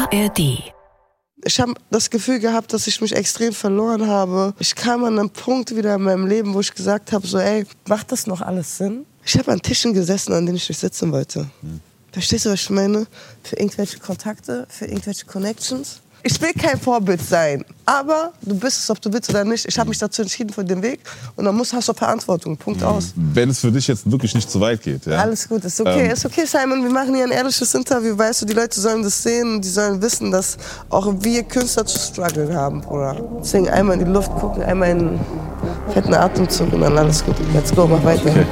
ARD. Ich habe das Gefühl gehabt, dass ich mich extrem verloren habe. Ich kam an einen Punkt wieder in meinem Leben, wo ich gesagt habe, so ey, macht das noch alles Sinn? Ich habe an Tischen gesessen, an denen ich nicht sitzen wollte. Verstehst du, was ich meine? Für irgendwelche Kontakte, für irgendwelche Connections. Ich will kein Vorbild sein, aber du bist es, ob du willst oder nicht. Ich habe mich dazu entschieden für den Weg und dann hast du Verantwortung. Punkt aus. Wenn es für dich jetzt wirklich nicht zu weit geht. Ja? Alles gut, ist okay. Ist okay, Simon, wir machen hier ein ehrliches Interview. Weißt du, die Leute sollen das sehen und die sollen wissen, dass auch wir Künstler zu strugglen haben, Bruder. Deswegen einmal in die Luft gucken, einmal in einen fetten Atemzug und dann alles gut. Let's go, mach weiter. Okay.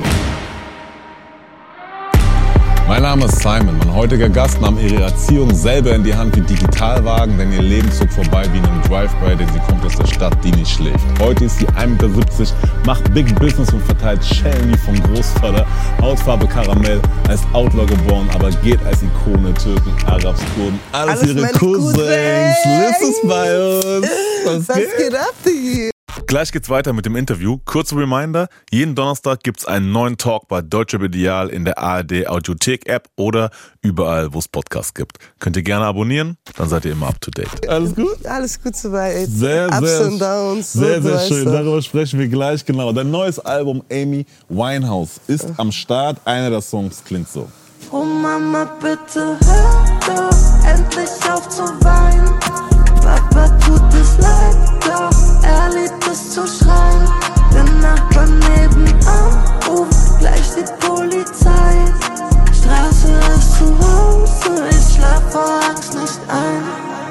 Mein Name ist Simon. Mein heutiger Gast nahm ihre Erziehung selber in die Hand wie Digitalwagen, denn ihr Leben zog vorbei wie in einem Drive-By, denn sie kommt aus der Stadt, die nicht schläft. Heute ist sie 1,70 Meter, macht Big Business und verteilt Schellen wie vom Großvater, Hautfarbe Karamell, als Outlaw geboren, aber geht als Ikone Türken, Arabs, Kurden, alles ihre Cousins. Liz ist bei uns. Was geht ab, Digi? Gleich geht's weiter mit dem Interview. Kurzer Reminder, jeden Donnerstag gibt's einen neuen Talk bei Deutsche Ideal in der ARD Audiothek App oder überall, wo es Podcasts gibt. Könnt ihr gerne abonnieren, dann seid ihr immer up to date. Alles gut? Alles gut soweit. Sehr, Ups sehr, und Downs. sehr, sehr schön. Darüber sprechen wir gleich genau. Dein neues Album Amy Winehouse ist am Start. Einer der Songs klingt so. Oh Mama, bitte hör doch endlich auf zu weinen. Papa tut es leid, doch er liebt es zu schreien. Der Nachbar nebenan ruft gleich die Polizei. Straße ist zu Hause, ich schlaf vor Angst nicht ein.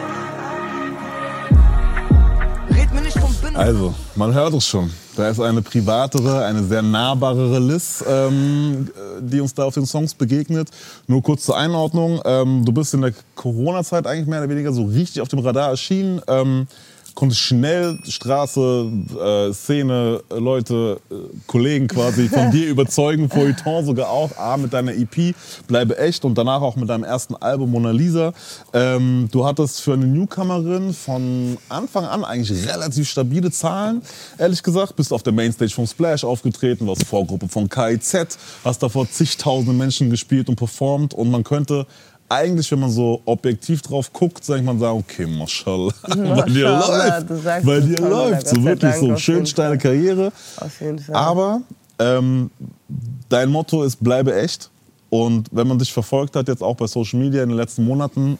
Red mir nicht vom Binnen. Also, man hört es schon. Da ist eine privatere, eine sehr nahbarere Liz, die uns da auf den Songs begegnet. Nur kurz zur Einordnung. Du bist in der Corona-Zeit eigentlich mehr oder weniger so richtig auf dem Radar erschienen. Konntest schnell Straße, Szene, Leute, Kollegen quasi von dir überzeugen, Feuilleton sogar auch, A, mit deiner EP, Bleibe echt und danach auch mit deinem ersten Album Mona Lisa. Du hattest für eine Newcomerin von Anfang an eigentlich relativ stabile Zahlen, ehrlich gesagt. Bist auf der Mainstage von Splash aufgetreten, warst Vorgruppe von KIZ, hast da vor zigtausenden Menschen gespielt und performt und man könnte eigentlich, wenn man so objektiv drauf guckt, sagt man sagen, okay, Mashallah, bei dir läuft. Bei dir läuft. So wirklich so schön steile Karriere. Auf jeden Fall. Aber dein Motto ist, bleibe echt. Und wenn man dich verfolgt hat, jetzt auch bei Social Media in den letzten Monaten,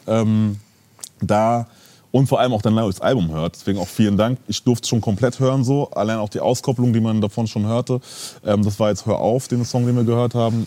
und vor allem auch dein neues Album hört, deswegen auch vielen Dank. Ich durfte es schon komplett hören so, allein auch die Auskopplung, die man davon schon hörte. Das war jetzt Hör auf, den Song, den wir gehört haben.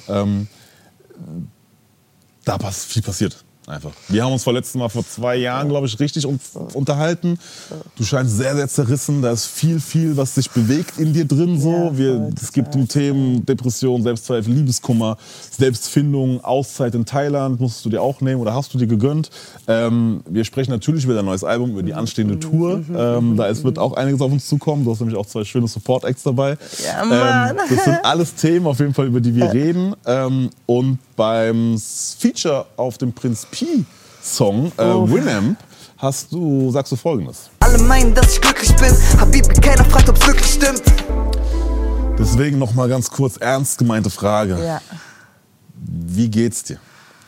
Da ist viel passiert, einfach. Wir haben uns vor 2 Jahren, glaube ich, richtig unterhalten. Du scheinst sehr, sehr zerrissen. Da ist viel, was sich bewegt in dir drin. So. Es gibt Themen Depression, Selbstzweifel, Liebeskummer, Selbstfindung, Auszeit in Thailand. Musstest du dir auch nehmen oder hast du dir gegönnt? Wir sprechen natürlich über dein neues Album, über die anstehende Tour. Wird auch einiges auf uns zukommen. Du hast nämlich auch 2 schöne Support-Acts dabei. Ja, Mann. Das sind alles Themen, auf jeden Fall, über die wir reden. Und beim Feature auf dem Prinz Pi Song Winamp sagst du Folgendes. Alle meinen, dass ich glücklich bin, Habibi, keiner fragt, ob's wirklich stimmt. Deswegen noch mal ganz kurz ernst gemeinte Frage. Ja. Wie geht's dir?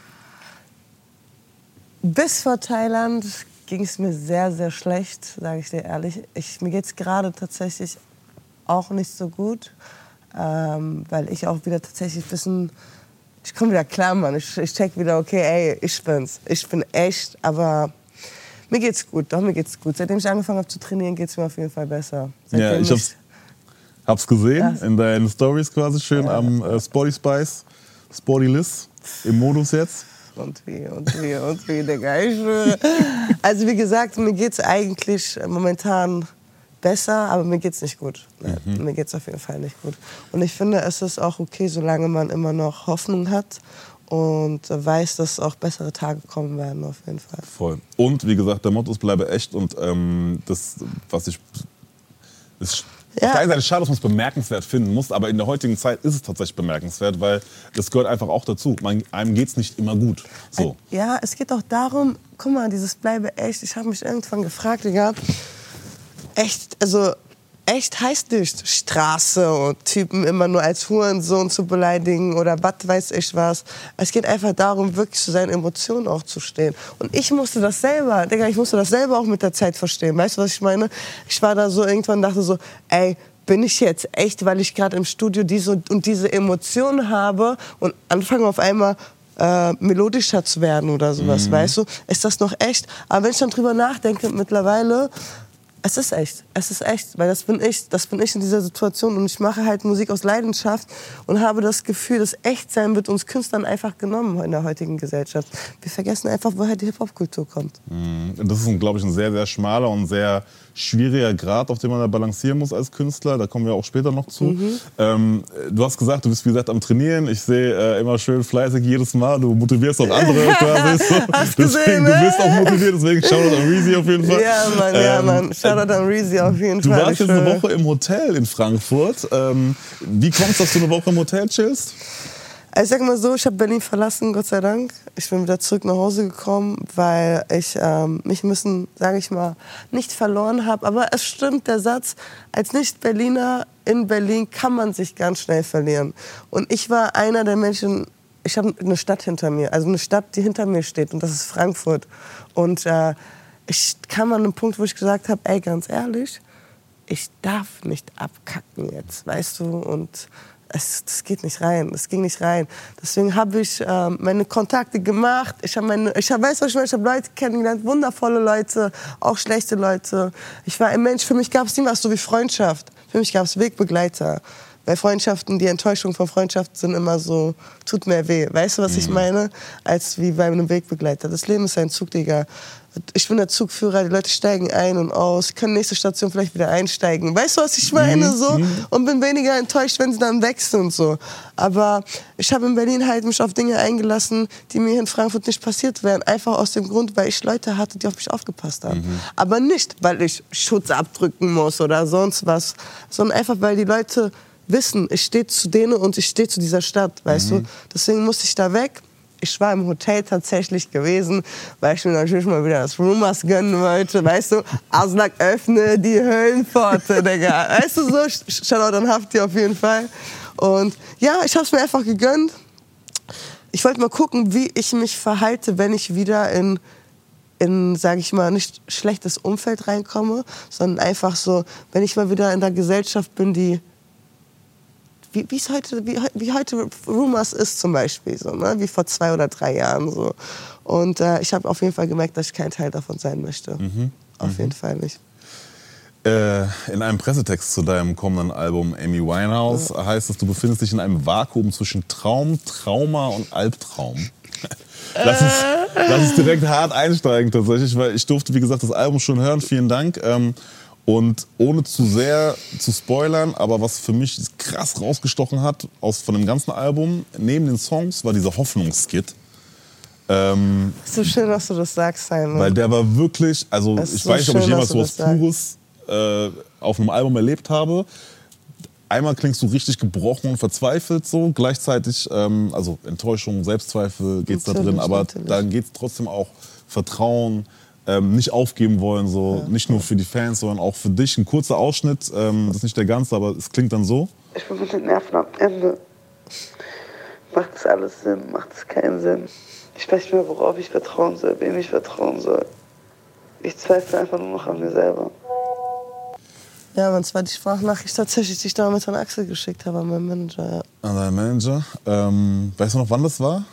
Bis vor Thailand ging es mir sehr, sehr schlecht, sage ich dir ehrlich. Mir geht's gerade tatsächlich auch nicht so gut, weil ich auch wieder tatsächlich ein bisschen... Ich komme wieder klar, Mann. Ich check wieder, okay, ey, ich bin's. Ich bin echt, aber mir geht's gut. Doch, mir geht's gut. Seitdem ich angefangen habe zu trainieren, geht's mir auf jeden Fall besser. Seitdem ja, ich hab's gesehen in deinen Stories quasi schön am Sporty Spice, Sporty Liz im Modus jetzt. Und wie, Digga, ich schwöre. Also wie gesagt, mir geht's eigentlich momentan besser, aber mir geht's nicht gut. Mir geht's auf jeden Fall nicht gut. Und ich finde, es ist auch okay, solange man immer noch Hoffnung hat und weiß, dass auch bessere Tage kommen werden, auf jeden Fall. Voll. Und wie gesagt, der Motto ist, bleibe echt. Und das, was ich... Auf der einen Seite schade, dass man es bemerkenswert finden muss, aber in der heutigen Zeit ist es tatsächlich bemerkenswert, weil das gehört einfach auch dazu. Einem geht's nicht immer gut. So. Ja, es geht auch darum, guck mal, dieses bleibe echt. Ich habe mich irgendwann gefragt, Digga, echt, also echt heißt nicht Straße und Typen immer nur als Hurensohn zu beleidigen oder was weiß ich was. Es geht einfach darum, wirklich zu seinen Emotionen auch zu stehen. Und ich musste das selber, Digga, ich musste das selber auch mit der Zeit verstehen. Weißt du, was ich meine? Ich war da so irgendwann, dachte so, ey, bin ich jetzt echt, weil ich gerade im Studio diese und diese Emotionen habe und anfange auf einmal melodischer zu werden oder sowas, weißt du? Ist das noch echt? Aber wenn ich dann drüber nachdenke, mittlerweile, es ist echt, weil das bin ich in dieser Situation und ich mache halt Musik aus Leidenschaft und habe das Gefühl, das Echtsein wird uns Künstlern einfach genommen in der heutigen Gesellschaft. Wir vergessen einfach, woher die Hip-Hop-Kultur kommt. Das ist, glaube ich, ein sehr, sehr schmaler und sehr schwieriger Grad, auf dem man da balancieren muss als Künstler. Da kommen wir auch später noch zu. Du hast gesagt, du bist, wie gesagt, am Trainieren. Ich sehe immer schön fleißig jedes Mal. Du motivierst auch andere quasi. Deswegen, du bist auch motiviert, deswegen Shoutout an Reezy auf jeden Fall. Ja, Mann. Shoutout an Reezy auf jeden Fall. Du warst jetzt eine Woche im Hotel in Frankfurt. Wie kommt es, dass du eine Woche im Hotel chillst? Ich sag mal so, ich habe Berlin verlassen, Gott sei Dank. Ich bin wieder zurück nach Hause gekommen, weil ich mich ein bisschen, sage ich mal, nicht verloren habe. Aber es stimmt der Satz, als Nicht-Berliner in Berlin kann man sich ganz schnell verlieren. Und ich war einer der Menschen, ich habe eine Stadt hinter mir, also eine Stadt, die hinter mir steht und das ist Frankfurt. Und ich kam an einen Punkt, wo ich gesagt habe, ey, ganz ehrlich, ich darf nicht abkacken jetzt, weißt du, und das geht nicht rein, das ging nicht rein. Deswegen habe ich meine Kontakte gemacht. Ich habe Leute kennengelernt, wundervolle Leute, auch schlechte Leute. Ich war ein Mensch, für mich gab es nie was so wie Freundschaft. Für mich gab es Wegbegleiter. Bei Freundschaften, die Enttäuschung von Freundschaften sind immer so, tut mir weh. Weißt du, was ich meine? Als wie bei einem Wegbegleiter. Das Leben ist ein Zug, Digga. Ich bin der Zugführer, die Leute steigen ein und aus, können nächste Station vielleicht wieder einsteigen. Weißt du, was ich meine? So? Und bin weniger enttäuscht, wenn sie dann weg sind und so. Aber ich habe in Berlin halt mich auf Dinge eingelassen, die mir in Frankfurt nicht passiert wären. Einfach aus dem Grund, weil ich Leute hatte, die auf mich aufgepasst haben. Aber nicht, weil ich Schutz abdrücken muss oder sonst was, sondern einfach, weil die Leute wissen, ich stehe zu denen und ich stehe zu dieser Stadt, weißt du. Deswegen musste ich da weg. Ich war im Hotel tatsächlich gewesen, weil ich mir natürlich mal wieder das Rumors gönnen wollte, weißt du. Aslak, öffne die Höllenpforte, Digga. Weißt du so, Shoutout an Hafti auf jeden Fall. Und ja, ich hab's mir einfach gegönnt. Ich wollte mal gucken, wie ich mich verhalte, wenn ich wieder in, sage ich mal, nicht schlechtes Umfeld reinkomme, sondern einfach so, wenn ich mal wieder in der Gesellschaft bin, die wie heute Rumors ist zum Beispiel, so, ne? Wie vor 2 oder 3 Jahren. So. Und ich habe auf jeden Fall gemerkt, dass ich kein Teil davon sein möchte. Auf jeden Fall nicht. In einem Pressetext zu deinem kommenden Album Amy Winehouse heißt es, du befindest dich in einem Vakuum zwischen Traum, Trauma und Albtraum. Lass uns direkt hart einsteigen tatsächlich, weil ich durfte, wie gesagt, das Album schon hören. Vielen Dank. Und ohne zu sehr zu spoilern, aber was für mich krass rausgestochen hat von dem ganzen Album, neben den Songs, war dieser Hoffnungsskit. So schön, dass du das sagst, Simon. Weil der war wirklich, also ich weiß nicht, ob ich jemals so was Pures auf einem Album erlebt habe. Einmal klingst du richtig gebrochen und verzweifelt so, gleichzeitig, also Enttäuschung, Selbstzweifel geht's da drin, aber dann geht's trotzdem auch Vertrauen, nicht aufgeben wollen, so nicht nur für die Fans, sondern auch für dich. Ein kurzer Ausschnitt, das ist nicht der ganze, aber es klingt dann so. Ich bin mit den Nerven am Ende. Macht das alles Sinn? Macht es keinen Sinn? Ich weiß nicht mehr, worauf ich vertrauen soll, wem ich vertrauen soll. Ich zweifle einfach nur noch an mir selber. Ja, man, zwar die Sprachnachricht tatsächlich, die ich damals an Axel geschickt habe, an meinen Manager. Ja. An deinen Manager. Weißt du noch, wann das war?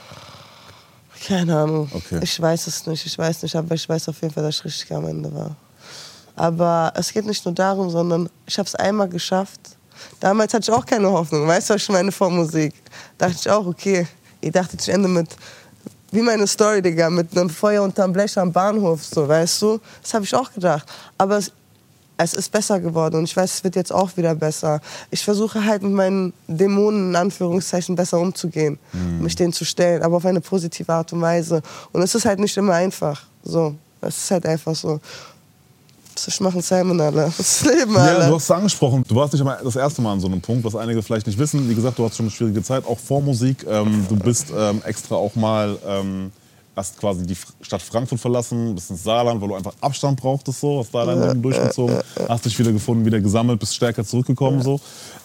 Keine Ahnung. Okay. Ich weiß es nicht, aber ich weiß auf jeden Fall, dass ich richtig am Ende war. Aber es geht nicht nur darum, sondern ich habe es einmal geschafft. Damals hatte ich auch keine Hoffnung, weißt du, was ich meine, vor Musik. Dachte ich auch, okay, ich dachte, ich ende mit, wie meine Story, Digga, mit einem Feuer unterm Blech am Bahnhof, so, weißt du. Das habe ich auch gedacht. Aber es ist besser geworden und ich weiß, es wird jetzt auch wieder besser. Ich versuche halt mit meinen Dämonen in Anführungszeichen besser umzugehen, mich denen zu stellen, aber auf eine positive Art und Weise. Und es ist halt nicht immer einfach. So, es ist halt einfach so. Ich mache Simon, alle. Das Leben, alle. Ja, du hast es angesprochen. Du warst nicht immer das erste Mal an so einem Punkt, was einige vielleicht nicht wissen. Wie gesagt, du hast schon eine schwierige Zeit, auch vor Musik. Du bist extra auch mal hast quasi die Stadt Frankfurt verlassen, bist ins Saarland, weil du einfach Abstand brauchtest, so, hast da dein Leben durchgezogen, hast dich wieder gefunden, wieder gesammelt, bist stärker zurückgekommen, so.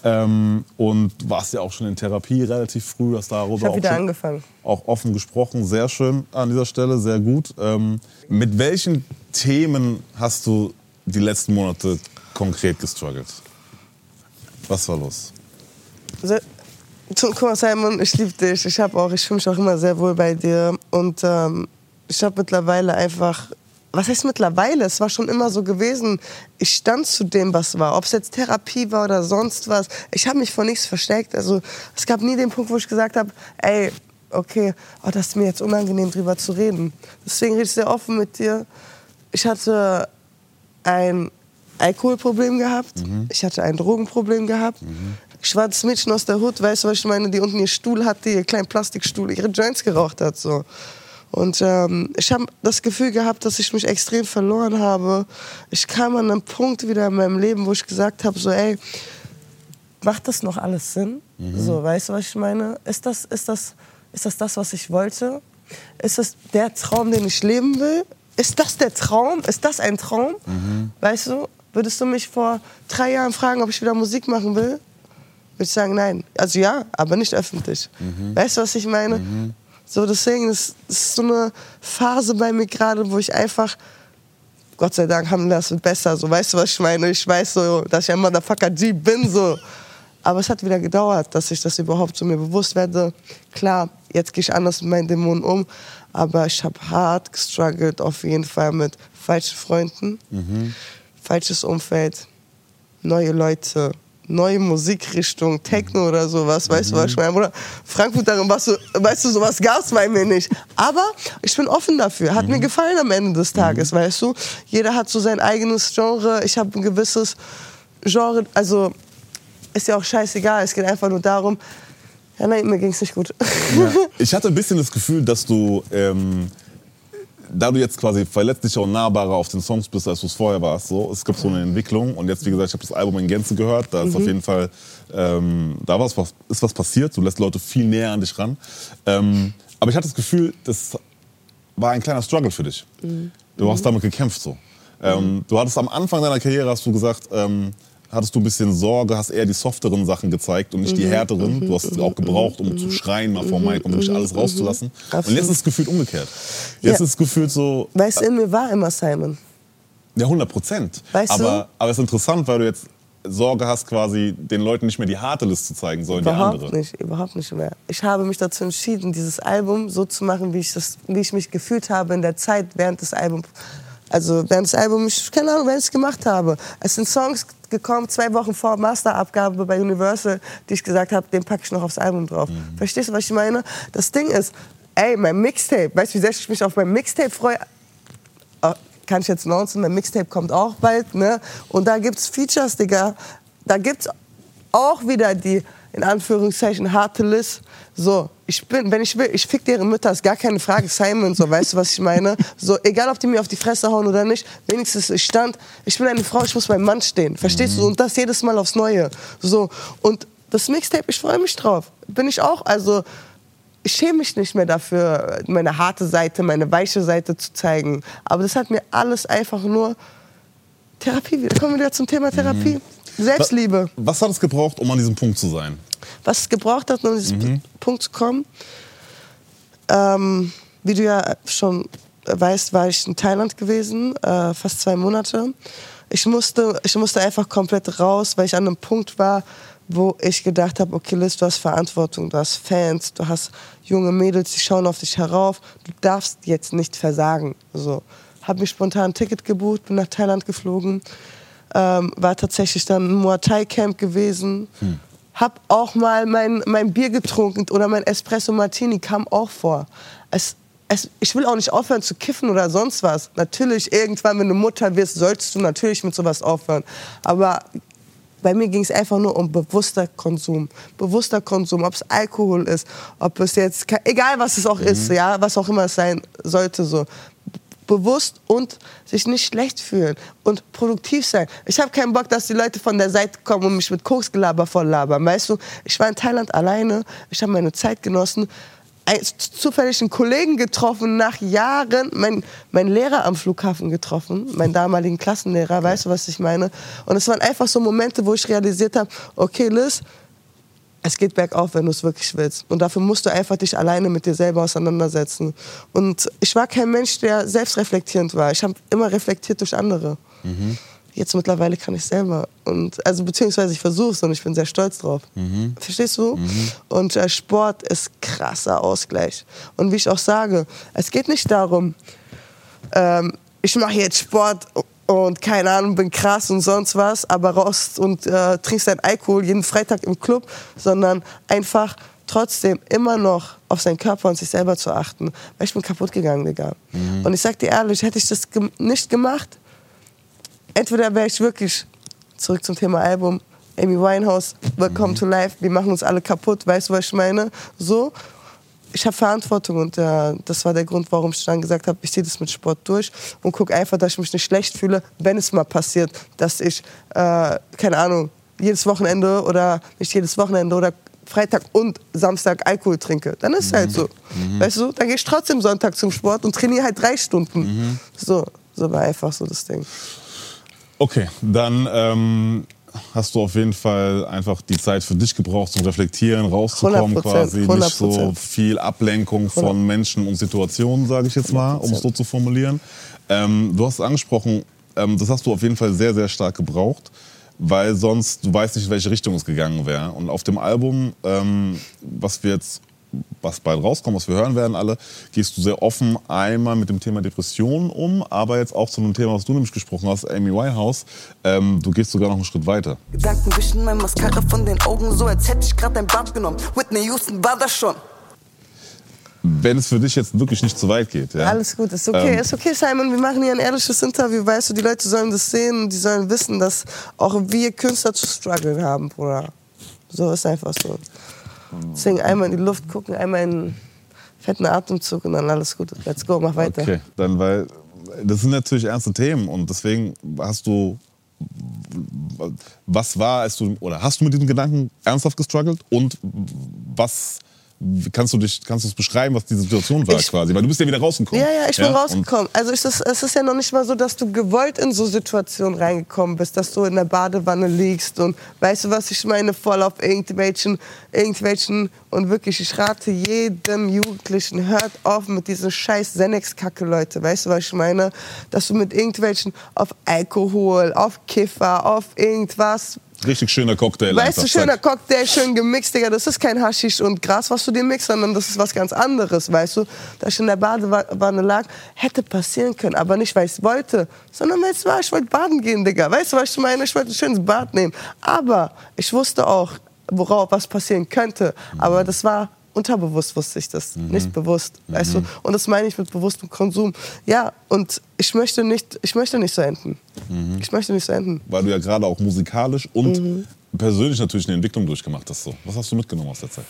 Und warst ja auch schon in Therapie relativ früh, hast darüber ich habe wieder angefangen. Auch offen gesprochen, sehr schön an dieser Stelle, sehr gut. Mit welchen Themen hast du die letzten Monate konkret gestruggelt? Was war los? Also, guck mal, Simon, ich liebe dich. Ich fühle mich auch immer sehr wohl bei dir. Und ich habe mittlerweile einfach, was heißt mittlerweile? Es war schon immer so gewesen. Ich stand zu dem, was war. Ob es jetzt Therapie war oder sonst was. Ich habe mich vor nichts versteckt. Also es gab nie den Punkt, wo ich gesagt habe, ey, okay, das ist mir jetzt unangenehm, drüber zu reden. Deswegen rede ich sehr offen mit dir. Ich hatte ein Alkoholproblem gehabt. Ich hatte ein Drogenproblem gehabt. Ich war das Mädchen aus der Hood, weißt du, was ich meine, die unten ihr Stuhl hatte, ihr kleinen Plastikstuhl, ihre Joints geraucht hat. So. Und ich habe das Gefühl gehabt, dass ich mich extrem verloren habe. Ich kam an einen Punkt wieder in meinem Leben, wo ich gesagt habe, so, ey, macht das noch alles Sinn? So, weißt du, was ich meine? Ist das, was ich wollte? Ist das der Traum, den ich leben will? Ist das der Traum? Ist das ein Traum? Weißt du, würdest du mich vor 3 Jahren fragen, ob ich wieder Musik machen will? Würde ich sagen, nein. Also ja, aber nicht öffentlich. Weißt du, was ich meine? So, deswegen ist so eine Phase bei mir gerade, wo ich einfach, Gott sei Dank, haben das wird besser. So, weißt du, was ich meine? Ich weiß so, dass ich ein Motherfucker G bin. So. Aber es hat wieder gedauert, dass ich das überhaupt so mir bewusst werde. Klar, jetzt gehe ich anders mit meinen Dämonen um. Aber ich habe hart gestruggelt, auf jeden Fall mit falschen Freunden, falsches Umfeld, neue Leute, neue Musikrichtung, Techno oder sowas, weißt du, was ich meine? Oder Frankfurt, darin, weißt du, sowas gab's bei mir nicht. Aber ich bin offen dafür, hat mir gefallen am Ende des Tages, weißt du? Jeder hat so sein eigenes Genre, ich habe ein gewisses Genre, also ist ja auch scheißegal, es geht einfach nur darum, ja, nein, mir ging's nicht gut. Ja. Ich hatte ein bisschen das Gefühl, dass du, da du jetzt quasi verletzlicher und nahbarer auf den Songs bist, als du es vorher warst, so, es gibt so eine Entwicklung und jetzt, wie gesagt, ich habe das Album in Gänze gehört, da ist auf jeden Fall, ist was passiert, du lässt Leute viel näher an dich ran. Aber ich hatte das Gefühl, das war ein kleiner Struggle für dich. Du hast damit gekämpft, so. Du hattest am Anfang deiner Karriere, hast du gesagt, hattest du ein bisschen Sorge, hast eher die softeren Sachen gezeigt und nicht die härteren. Du hast es auch gebraucht, um zu schreien mal vor Mike, um wirklich alles rauszulassen. Absolut. Und jetzt ist es gefühlt umgekehrt. Jetzt ist es gefühlt so... Weißt du, in mir war immer Simon. Ja, 100%. Weißt du? Aber es ist interessant, weil du jetzt Sorge hast, quasi den Leuten nicht mehr die harte List zu zeigen, sondern die andere. Überhaupt nicht mehr. Ich habe mich dazu entschieden, dieses Album so zu machen, wie ich mich gefühlt habe in der Zeit während des Albums. Also während des Albums, ich keine Ahnung, wenn ich es gemacht habe. Es sind Songs gekommen, 2 Wochen vor Masterabgabe bei Universal, die ich gesagt habe, den packe ich noch aufs Album drauf. Verstehst du, was ich meine? Das Ding ist, ey, mein Mixtape, weißt du, wie sehr ich mich auf mein Mixtape freue? Kann ich jetzt announcen, mein Mixtape kommt auch bald, ne? Und da gibt's Features, Digga. Da gibt's auch wieder die, in Anführungszeichen, harte List. So, wenn ich will, ich fick deren Mütter, ist gar keine Frage, Simon, so, weißt du, was ich meine? So, egal, ob die mir auf die Fresse hauen oder nicht, wenigstens ich bin eine Frau, ich muss beim Mann stehen, verstehst du? Und das jedes Mal aufs Neue. So, und das Mixtape, ich freue mich drauf. Bin ich auch, also, ich schäme mich nicht mehr dafür, meine harte Seite, meine weiche Seite zu zeigen. Aber das hat mir alles einfach nur Therapie, kommen wir wieder zum Thema Therapie. Selbstliebe. Was hat es gebraucht, um an diesem Punkt zu sein? Was es gebraucht hat, um an diesen Punkt zu kommen, wie du ja schon weißt, war ich in Thailand gewesen, fast 2 Monate. Ich musste einfach komplett raus, weil ich an einem Punkt war, wo ich gedacht habe, okay Liz, du hast Verantwortung, du hast Fans, du hast junge Mädels, die schauen auf dich herauf, du darfst jetzt nicht versagen. So. Habe mir spontan ein Ticket gebucht, bin nach Thailand geflogen, war tatsächlich dann im Muay Thai Camp gewesen, hab auch mal mein Bier getrunken oder mein Espresso Martini kam auch vor. Ich will auch nicht aufhören zu kiffen oder sonst was. Natürlich, irgendwann, wenn du Mutter wirst, solltest du natürlich mit sowas aufhören. Aber bei mir ging es einfach nur um bewusster Konsum. Bewusster Konsum, ob es Alkohol ist, ob es jetzt, egal was es auch ist, ja, was auch immer es sein sollte, so. Bewusst und sich nicht schlecht fühlen und produktiv sein. Ich habe keinen Bock, dass die Leute von der Seite kommen und mich mit Koksgelaber voll labern. Weißt du, ich war in Thailand alleine, ich habe meine Zeit genossen. zufällig einen Kollegen getroffen, nach Jahren, mein Lehrer am Flughafen getroffen, meinen damaligen Klassenlehrer, weißt du, was ich meine? Und es waren einfach so Momente, wo ich realisiert habe, okay, Liz, es geht bergauf, wenn du es wirklich willst. Und dafür musst du einfach dich alleine mit dir selber auseinandersetzen. Und ich war kein Mensch, der selbstreflektierend war. Ich habe immer reflektiert durch andere. Mhm. Jetzt mittlerweile kann ich selber. Und, also beziehungsweise ich versuche es und ich bin sehr stolz drauf. Mhm. Verstehst du? Mhm. Und Sport ist krasser Ausgleich. Und wie ich auch sage, es geht nicht darum, ich mache jetzt Sport und keine Ahnung, bin krass und sonst was, aber raus und trinkst deinen Alkohol jeden Freitag im Club, sondern einfach trotzdem immer noch auf seinen Körper und sich selber zu achten. Weil ich bin kaputt gegangen, Digga. Mhm. Und ich sag dir ehrlich, hätte ich das nicht gemacht, entweder wäre ich wirklich, zurück zum Thema Album, Amy Winehouse, Welcome to Life, wir machen uns alle kaputt, weißt du, was ich meine? So, ich habe Verantwortung und das war der Grund, warum ich dann gesagt habe, ich ziehe das mit Sport durch und gucke einfach, dass ich mich nicht schlecht fühle, wenn es mal passiert, dass ich, keine Ahnung, jedes Wochenende oder nicht jedes Wochenende oder Freitag und Samstag Alkohol trinke. Dann ist es halt so. Mhm. Weißt du, dann gehe ich trotzdem Sonntag zum Sport und trainiere halt 3 Stunden. Mhm. So war einfach so das Ding. Okay, dann hast du auf jeden Fall einfach die Zeit für dich gebraucht, zum Reflektieren, rauszukommen 100%, quasi. 100%. Nicht so viel Ablenkung von Menschen und Situationen, sage ich jetzt mal, um es so zu formulieren. Du hast es angesprochen, das hast du auf jeden Fall sehr, sehr stark gebraucht, weil sonst du weißt nicht, in welche Richtung es gegangen wäre. Und auf dem Album, was bald rauskommt, was wir hören werden alle, gehst du sehr offen einmal mit dem Thema Depressionen um, aber jetzt auch zu einem Thema, was du nämlich gesprochen hast, Amy Winehouse. Du gehst sogar noch einen Schritt weiter. Gedanken wischen mein Mascara von den Augen, so als hätte ich gerade ein Bad genommen. Whitney Houston war das schon. Wenn es für dich jetzt wirklich nicht zu weit geht. Ja? Alles gut, ist okay. Ist okay, Simon, wir machen hier ein ehrliches Interview, weißt du, die Leute sollen das sehen, die sollen wissen, dass auch wir Künstler zu strugglen haben, Bruder. So ist einfach so. Deswegen einmal in die Luft gucken, einmal in einen fetten Atemzug und dann alles gut. Let's go, mach weiter. Okay, dann, weil das sind natürlich ernste Themen und deswegen hast du hast du mit diesem Gedanken ernsthaft gestruggelt und kannst du es beschreiben, was die Situation war quasi? Weil du bist ja wieder rausgekommen. Ja, ich bin rausgekommen. Also es ist ja noch nicht mal so, dass du gewollt in so Situationen reingekommen bist, dass du in der Badewanne liegst und weißt du, was ich meine, voll auf irgendwelchen und wirklich, ich rate jedem Jugendlichen, hört auf mit diesen scheiß Xanax-Kacke, Leute. Weißt du, was ich meine? Dass du mit irgendwelchen auf Alkohol, auf Kiffer, auf irgendwas. Richtig schöner Cocktail. Weißt du, schöner Cocktail, schön gemixt, Digga. Das ist kein Haschisch und Gras, was du dir mixt, sondern das ist was ganz anderes, weißt du. Da ich in der Badewanne lag, hätte passieren können. Aber nicht, weil ich es wollte, sondern weil es war, ich wollte baden gehen, Digga. Weißt du, was ich meine? Ich wollte ein schönes Bad nehmen. Aber ich wusste auch, was passieren könnte. Aber das war unterbewusst, wusste ich das. Nicht bewusst, weißt du. Und das meine ich mit bewusstem Konsum. Ja, und ich möchte nicht so enden. Ich möchte nicht so enden. Weil du ja gerade auch musikalisch und persönlich natürlich eine Entwicklung durchgemacht hast. So. Was hast du mitgenommen aus der Zeit?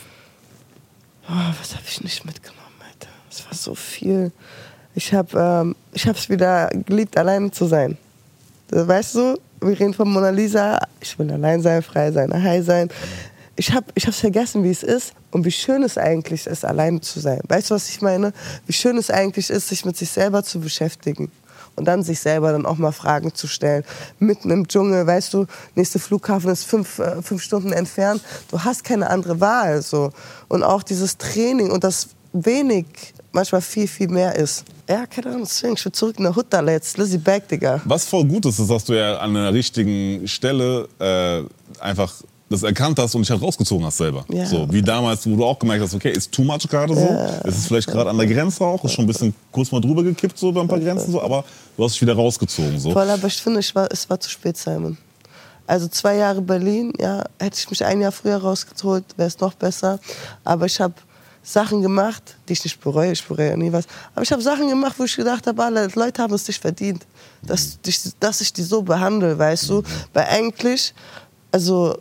Oh, was habe ich nicht mitgenommen, Alter? Es war so viel. Ich hab's wieder geliebt, allein zu sein. Weißt du, wir reden von Mona Lisa. Ich will allein sein, frei sein, high sein. Ich hab's vergessen, wie es ist und wie schön es eigentlich ist, alleine zu sein. Weißt du, was ich meine? Wie schön es eigentlich ist, sich mit sich selber zu beschäftigen. Und dann sich selber dann auch mal Fragen zu stellen. Mitten im Dschungel, weißt du, nächster Flughafen ist 5 Stunden entfernt. Du hast keine andere Wahl. So. Und auch dieses Training und das wenig manchmal viel, viel mehr ist. Ja, keine Ahnung, deswegen, ich will zurück in der Hut da jetzt. Lizzie Back, Digga. Was voll gut ist, dass du ja an einer richtigen Stelle einfach das erkannt hast und dich halt rausgezogen hast selber. Ja. So, wie damals, wo du auch gemerkt hast, okay, ist too much gerade so. Ja. Es ist vielleicht gerade an der Grenze auch, ist schon ein bisschen kurz mal drüber gekippt so bei ein paar Grenzen so, aber du hast dich wieder rausgezogen. So. Voll, aber ich finde, es war zu spät, Simon. Also 2 Jahre Berlin, ja, hätte ich mich 1 Jahr früher rausgeholt, wäre es noch besser. Aber ich habe Sachen gemacht, die ich nicht bereue, ich bereue ja nie was. Aber ich habe Sachen gemacht, wo ich gedacht habe, alle Leute haben es nicht verdient, dass ich die so behandle, weißt du. Weil eigentlich, also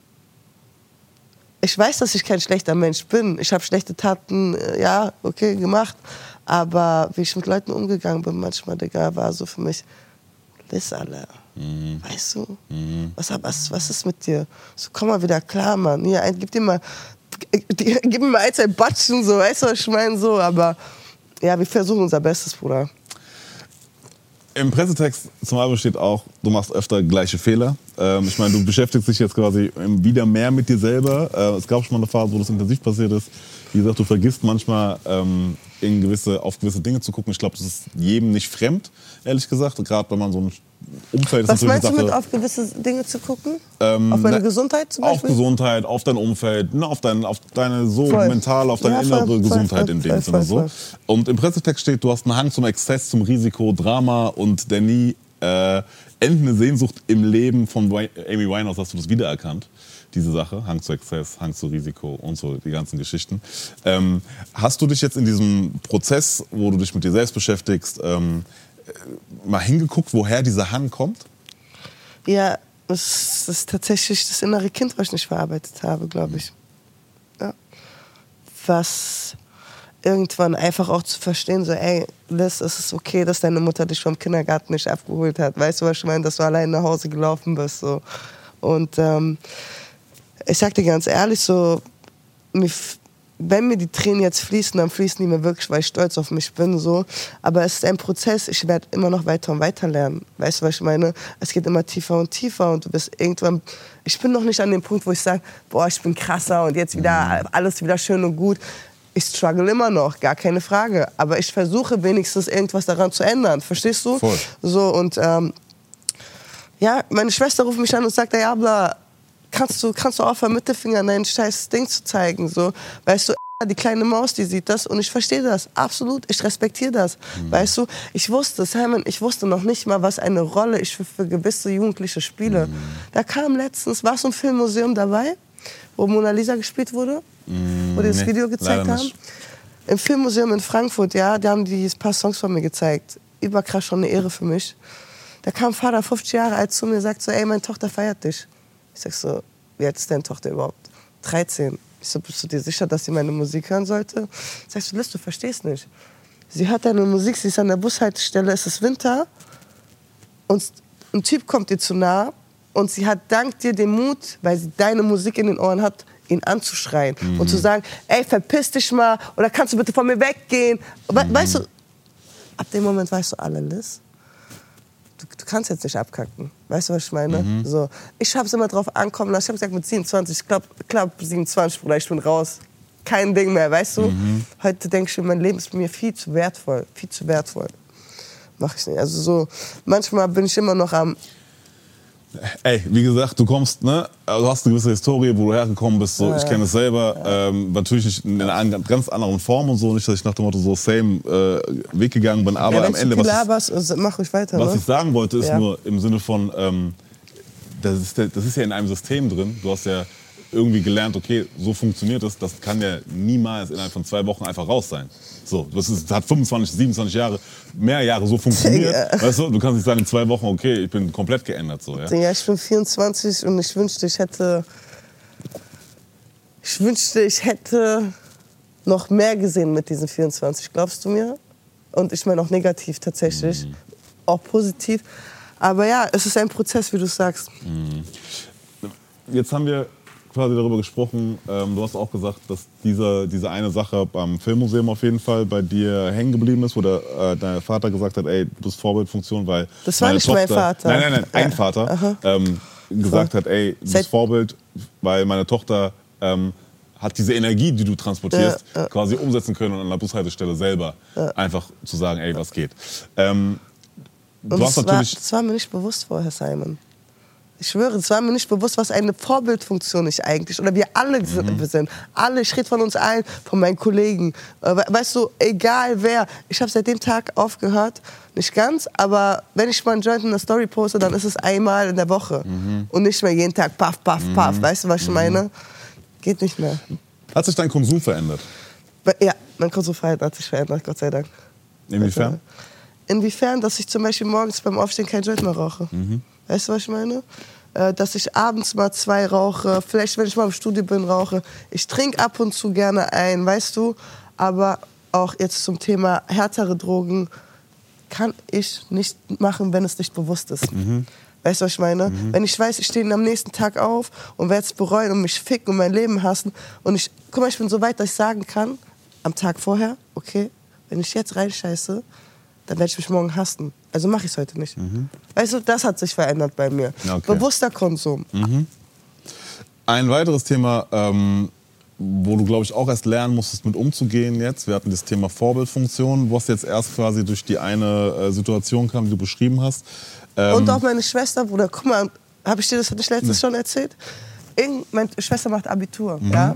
ich weiß, dass ich kein schlechter Mensch bin. Ich habe schlechte Taten, ja, okay, gemacht. Aber wie ich mit Leuten umgegangen bin manchmal, Digga, war so für mich, Liz, Alter. Weißt du? Was ist mit dir? So, komm mal wieder klar, Mann. Hier, gib dir mal gib mir mal ein, zwei Batschen, so, weißt du, was ich meine, so, aber ja, wir versuchen unser Bestes, Bruder. Im Pressetext zum Album steht auch, du machst öfter gleiche Fehler. Ich meine, du beschäftigst dich jetzt quasi wieder mehr mit dir selber. Es gab schon mal eine Phase, wo das intensiv passiert ist. Wie gesagt, du vergisst manchmal auf gewisse Dinge zu gucken. Ich glaube, das ist jedem nicht fremd, ehrlich gesagt. Gerade wenn man so ein Umfeld ist. Was meinst du mit auf gewisse Dinge zu gucken? Auf meine Gesundheit zum Beispiel? Auf Gesundheit, auf dein Umfeld, auf deine so mentale, auf deine innere Gesundheit in dem Sinne so. Und im Pressetext steht, du hast einen Hang zum Exzess, zum Risiko, Drama und der nie endende Sehnsucht im Leben von Amy Winehouse. Hast du das wiedererkannt? Diese Sache, Hang zu Exzess, Hang zu Risiko und so, die ganzen Geschichten. Hast du dich jetzt in diesem Prozess, wo du dich mit dir selbst beschäftigst, mal hingeguckt, woher dieser Hang kommt? Ja, das ist tatsächlich das innere Kind, was ich nicht verarbeitet habe, glaube ich. Ja. Was irgendwann einfach auch zu verstehen, so, ey, Liz, es ist okay, dass deine Mutter dich vom Kindergarten nicht abgeholt hat. Weißt du, was ich meine? Dass du allein nach Hause gelaufen bist. So. Und ich sag dir ganz ehrlich, so, wenn mir die Tränen jetzt fließen, dann fließen die mir wirklich, weil ich stolz auf mich bin. So. Aber es ist ein Prozess, ich werde immer noch weiter und weiter lernen. Weißt du, was ich meine? Es geht immer tiefer und tiefer und du bist irgendwann... Ich bin noch nicht an dem Punkt, wo ich sage, boah, ich bin krasser und jetzt wieder alles wieder schön und gut. Ich struggle immer noch, gar keine Frage. Aber ich versuche wenigstens irgendwas daran zu ändern. Verstehst du? Voll. So, und ja, meine Schwester ruft mich an und sagt, ey, Abla, kannst du aufhören, Mittelfinger an dein scheiß Ding zu zeigen? So, weißt du, die kleine Maus, die sieht das und ich verstehe das, absolut, ich respektiere das. Weißt du, ich wusste noch nicht mal, was eine Rolle ich für gewisse Jugendliche spiele. Da kam letztens, war so ein Filmmuseum dabei, wo Mona Lisa gespielt wurde, wo die das Video gezeigt haben. Im Filmmuseum in Frankfurt, ja, da haben die ein paar Songs von mir gezeigt. Überkrass, schon eine Ehre für mich. Da kam ein Vater, 50 Jahre alt, zu mir und sagt so, ey, meine Tochter feiert dich. Ich sag so, wie alt ist deine Tochter überhaupt? 13. Ich so, bist du dir sicher, dass sie meine Musik hören sollte? Sagst du, Liz, du verstehst nicht. Sie hört deine Musik, sie ist an der Bushaltestelle, es ist Winter und ein Typ kommt ihr zu nah und sie hat dank dir den Mut, weil sie deine Musik in den Ohren hat, ihn anzuschreien und zu sagen, ey, verpiss dich mal oder kannst du bitte von mir weggehen? Weißt du, ab dem Moment weißt du alle, Liz. Du kannst jetzt nicht abkacken. Weißt du, was ich meine? So, ich habe es immer drauf ankommen lassen. Ich habe gesagt, mit 27, ich glaube 27, Bruder, ich bin raus. Kein Ding mehr, weißt du? Heute denke ich, mein Leben ist mir viel zu wertvoll. Viel zu wertvoll. Mach ich nicht. Also so, manchmal bin ich immer noch am... Ey, wie gesagt, du kommst, ne? Du hast eine gewisse Historie, wo du hergekommen bist. So, ich kenne es selber. Natürlich nicht in einer ganz anderen Form und so. Nicht, dass ich nach dem Motto so same Weg gegangen bin. Aber am Ende, mach ruhig weiter, was ne? ich sagen wollte, ist nur im Sinne von, das ist ja in einem System drin. Du hast ja irgendwie gelernt, okay, so funktioniert das. Das kann ja niemals innerhalb von 2 Wochen einfach raus sein. So, das hat 25, 27 Jahre, mehr Jahre so funktioniert. Weißt du, du kannst nicht sagen in 2 Wochen, okay, ich bin komplett geändert. So, ja? Ja, ich bin 24 und ich wünschte, ich hätte noch mehr gesehen mit diesen 24. Glaubst du mir? Und ich meine auch negativ tatsächlich, auch positiv. Aber ja, es ist ein Prozess, wie du sagst. Jetzt haben wir quasi darüber gesprochen. Du hast auch gesagt, dass diese eine Sache beim Filmmuseum auf jeden Fall bei dir hängen geblieben ist, wo dein Vater gesagt hat, ey, du bist Vorbildfunktion, weil das war nicht mein Vater. Nein, ein Vater gesagt hat, ey, du bist Vorbild, weil meine Tochter hat diese Energie, die du transportierst, quasi umsetzen können und an der Bushaltestelle selber einfach zu sagen, ey, was geht. Das war mir nicht bewusst vorher, Simon. Ich schwöre, es war mir nicht bewusst, was eine Vorbildfunktion ich eigentlich, oder wir alle sind. Alle, ich rede von uns allen, von meinen Kollegen. Weißt du, egal wer. Ich habe seit dem Tag aufgehört, nicht ganz, aber wenn ich mal einen Joint in der Story poste, dann ist es einmal in der Woche. Und nicht mehr jeden Tag paff, paff, paff. Weißt du, was ich meine? Geht nicht mehr. Hat sich dein Konsum verändert? Ja, mein Konsumverhalten hat sich verändert, Gott sei Dank. Inwiefern? Inwiefern, dass ich zum Beispiel morgens beim Aufstehen kein Joint mehr rauche. Weißt du, was ich meine? Dass ich abends mal 2 rauche, vielleicht, wenn ich mal im Studio bin, rauche. Ich trinke ab und zu gerne ein, weißt du? Aber auch jetzt zum Thema härtere Drogen kann ich nicht machen, wenn es nicht bewusst ist. Weißt du, was ich meine? Wenn ich weiß, ich stehe am nächsten Tag auf und werde es bereuen und mich ficken und mein Leben hassen und guck mal, ich bin so weit, dass ich sagen kann, am Tag vorher, okay, wenn ich jetzt reinscheiße, dann werde ich mich morgen hassen. Also mache ich es heute nicht. Weißt du, das hat sich verändert bei mir. Okay. Bewusster Konsum. Ein weiteres Thema, wo du, glaube ich, auch erst lernen musstest, mit umzugehen jetzt. Wir hatten das Thema Vorbildfunktion, was jetzt erst quasi durch die eine Situation kam, die du beschrieben hast. Und auch meine Schwester, Bruder, guck mal, habe ich dir das letztens schon erzählt? Meine Schwester macht Abitur, ja.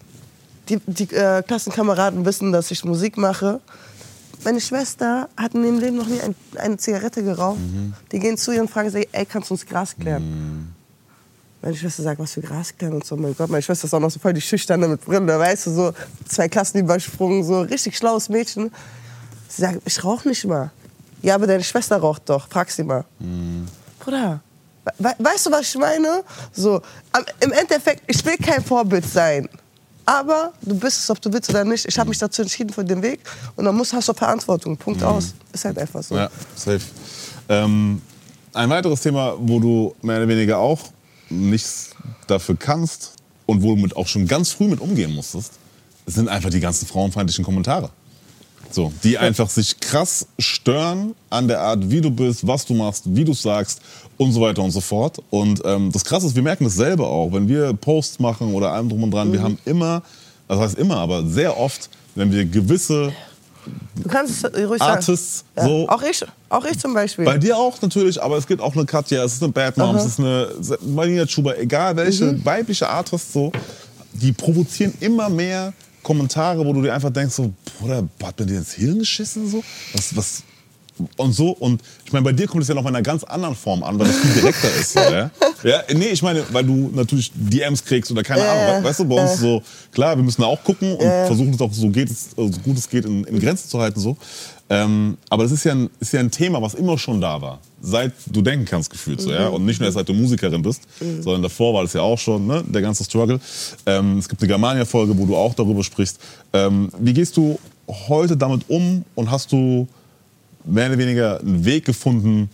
Die Klassenkameraden wissen, dass ich Musik mache. Meine Schwester hat in ihrem Leben noch nie eine Zigarette geraucht. Die gehen zu ihr und fragen sie, ey, kannst du uns Gras klären? Meine Schwester sagt, was für Gras klären und so. Mein Gott, meine Schwester ist auch noch so voll die Schüchterne mit Brille, weißt du, so 2 Klassen übersprungen, so richtig schlaues Mädchen. Sie sagt, ich rauche nicht mal. Ja, aber deine Schwester raucht doch, frag sie mal. Bruder, weißt du, was ich meine? So, im Endeffekt, ich will kein Vorbild sein. Aber du bist es, ob du willst oder nicht. Ich habe mich dazu entschieden für den Weg. Und dann hast du Verantwortung. Punkt aus. Ist halt einfach so. Ja, safe. Ein weiteres Thema, wo du mehr oder weniger auch nichts dafür kannst und wo du auch schon ganz früh mit umgehen musstest, sind einfach die ganzen frauenfeindlichen Kommentare. So, die einfach sich krass stören an der Art, wie du bist, was du machst, wie du es sagst und so weiter und so fort. Und das Krasse ist, wir merken das selber auch, wenn wir Posts machen oder allem drum und dran, wir haben immer, das heißt immer, aber sehr oft, wenn wir gewisse du kannst es ruhig Artists sagen. so... Auch ich zum Beispiel. Bei dir auch natürlich, aber es gibt auch eine Katja, es ist eine Bad Mom, es ist eine Marina Schuber, egal welche weibliche Artist so, die provozieren immer mehr Kommentare, wo du dir einfach denkst, so, Bruder, hat mir dir ins Hirn geschissen? So? Was? Und so, und ich meine, bei dir kommt es ja noch in einer ganz anderen Form an, weil es viel direkter ist. So, ja? Ja, nee, ich meine, weil du natürlich DMs kriegst oder keine Ahnung, weißt du, bei uns so, klar, wir müssen auch gucken und versuchen es auch so gut es geht in Grenzen zu halten. So. Aber das ist ja ein Thema, was immer schon da war, seit du denken kannst gefühlt. So, ja? Und nicht nur erst seit du Musikerin bist, sondern davor war das ja auch schon, ne? Der ganze Struggle. Es gibt eine Germania-Folge, wo du auch darüber sprichst. Wie gehst du heute damit um und hast du mehr oder weniger einen Weg gefunden,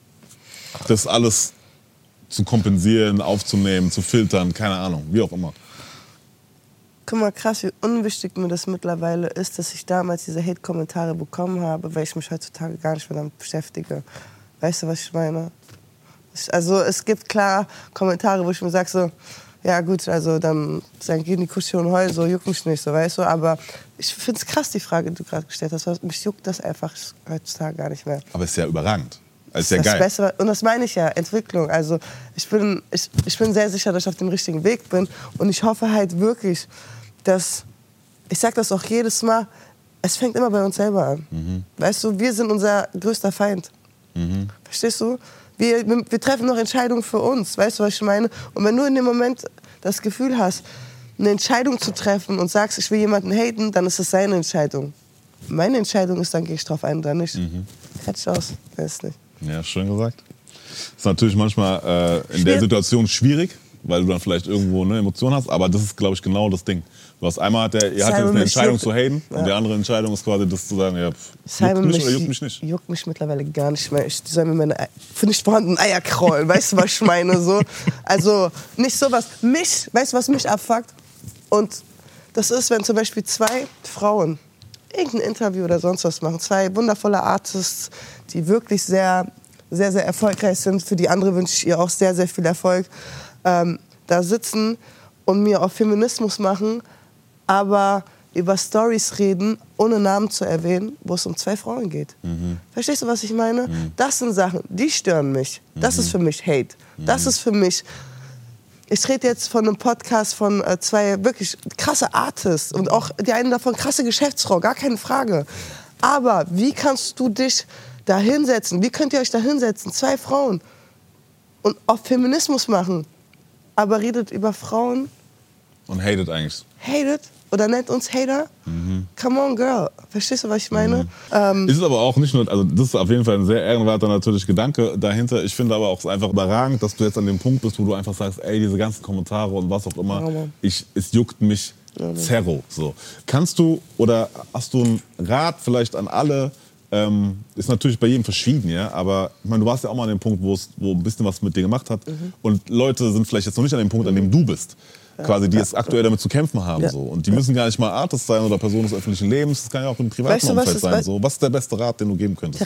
das alles zu kompensieren, aufzunehmen, zu filtern, keine Ahnung, wie auch immer? Guck mal, krass, wie unwichtig mir das mittlerweile ist, dass ich damals diese Hate-Kommentare bekommen habe, weil ich mich heutzutage gar nicht mehr damit beschäftige. Weißt du, was ich meine? Also es gibt klar Kommentare, wo ich mir sage so, ja gut, also dann geh in die Kusche und heul, so juckt mich nicht, so, weißt du. Aber ich finde es krass, die Frage, die du gerade gestellt hast. Mich juckt das einfach heutzutage gar nicht mehr. Aber es ist ja überragend. Es ist ja das geil. Beste, und das meine ich ja, Entwicklung. Also ich bin sehr sicher, dass ich auf dem richtigen Weg bin. Und ich hoffe halt wirklich, dass, ich sag das auch jedes Mal, es fängt immer bei uns selber an. Weißt du, wir sind unser größter Feind. Verstehst du? Wir treffen noch Entscheidungen für uns, weißt du, was ich meine? Und wenn du in dem Moment das Gefühl hast, eine Entscheidung zu treffen und sagst, ich will jemanden haten, dann ist es seine Entscheidung. Meine Entscheidung ist, dann gehe ich drauf ein oder nicht. Fertig aus, weiß nicht. Ja, schön gesagt. Ist natürlich manchmal in der Situation schwierig, weil du dann vielleicht irgendwo eine Emotion hast, aber das ist, glaube ich, genau das Ding. Du hast einmal ihr hattet jetzt eine Entscheidung zu haten und die andere Entscheidung ist quasi das zu sagen, ja, juckt mich oder juckt mich nicht. Juckt mich mittlerweile gar nicht mehr. Die sollen mir meine für nicht vorhandenen Eier kraulen, weißt du, was ich meine? So. Also nicht sowas. Weißt du, was mich abfuckt? Und das ist, wenn zum Beispiel 2 Frauen irgendein Interview oder sonst was machen, 2 wundervolle Artists, die wirklich sehr, sehr, sehr erfolgreich sind. Für die andere wünsche ich ihr auch sehr, sehr viel Erfolg. Da sitzen und mir auf Feminismus machen, aber über Storys reden, ohne Namen zu erwähnen, wo es um 2 Frauen geht. Verstehst du, was ich meine? Das sind Sachen, die stören mich. Das ist für mich Hate. Das ist für mich... Ich rede jetzt von einem Podcast von 2 wirklich krasse Artists und auch die eine davon krasse Geschäftsfrau, gar keine Frage. Aber wie kannst du dich da hinsetzen? Wie könnt ihr euch da hinsetzen? 2 Frauen und auf Feminismus machen, aber redet über Frauen. Und hatet eigentlich. Hatet? Oder nennt uns Hater? Come on, girl. Verstehst du, was ich meine? Ist es aber auch nicht nur, also das ist auf jeden Fall ein sehr ehrenwerter natürlich Gedanke dahinter. Ich finde aber auch einfach überragend, dass du jetzt an dem Punkt bist, wo du einfach sagst, ey, diese ganzen Kommentare und was auch immer, es juckt mich zerro. So. Kannst du oder hast du einen Rat vielleicht an alle, ist natürlich bei jedem verschieden, ja. Aber ich meine, du warst ja auch mal an dem Punkt, wo ein bisschen was mit dir gemacht hat. Und Leute sind vielleicht jetzt noch nicht an dem Punkt, an dem du bist. Quasi, die jetzt aktuell damit zu kämpfen haben. So. Und die müssen gar nicht mal Artist sein oder Person des öffentlichen Lebens. Das kann ja auch im privaten Umfeld sein. So. Was ist der beste Rat, den du geben könntest?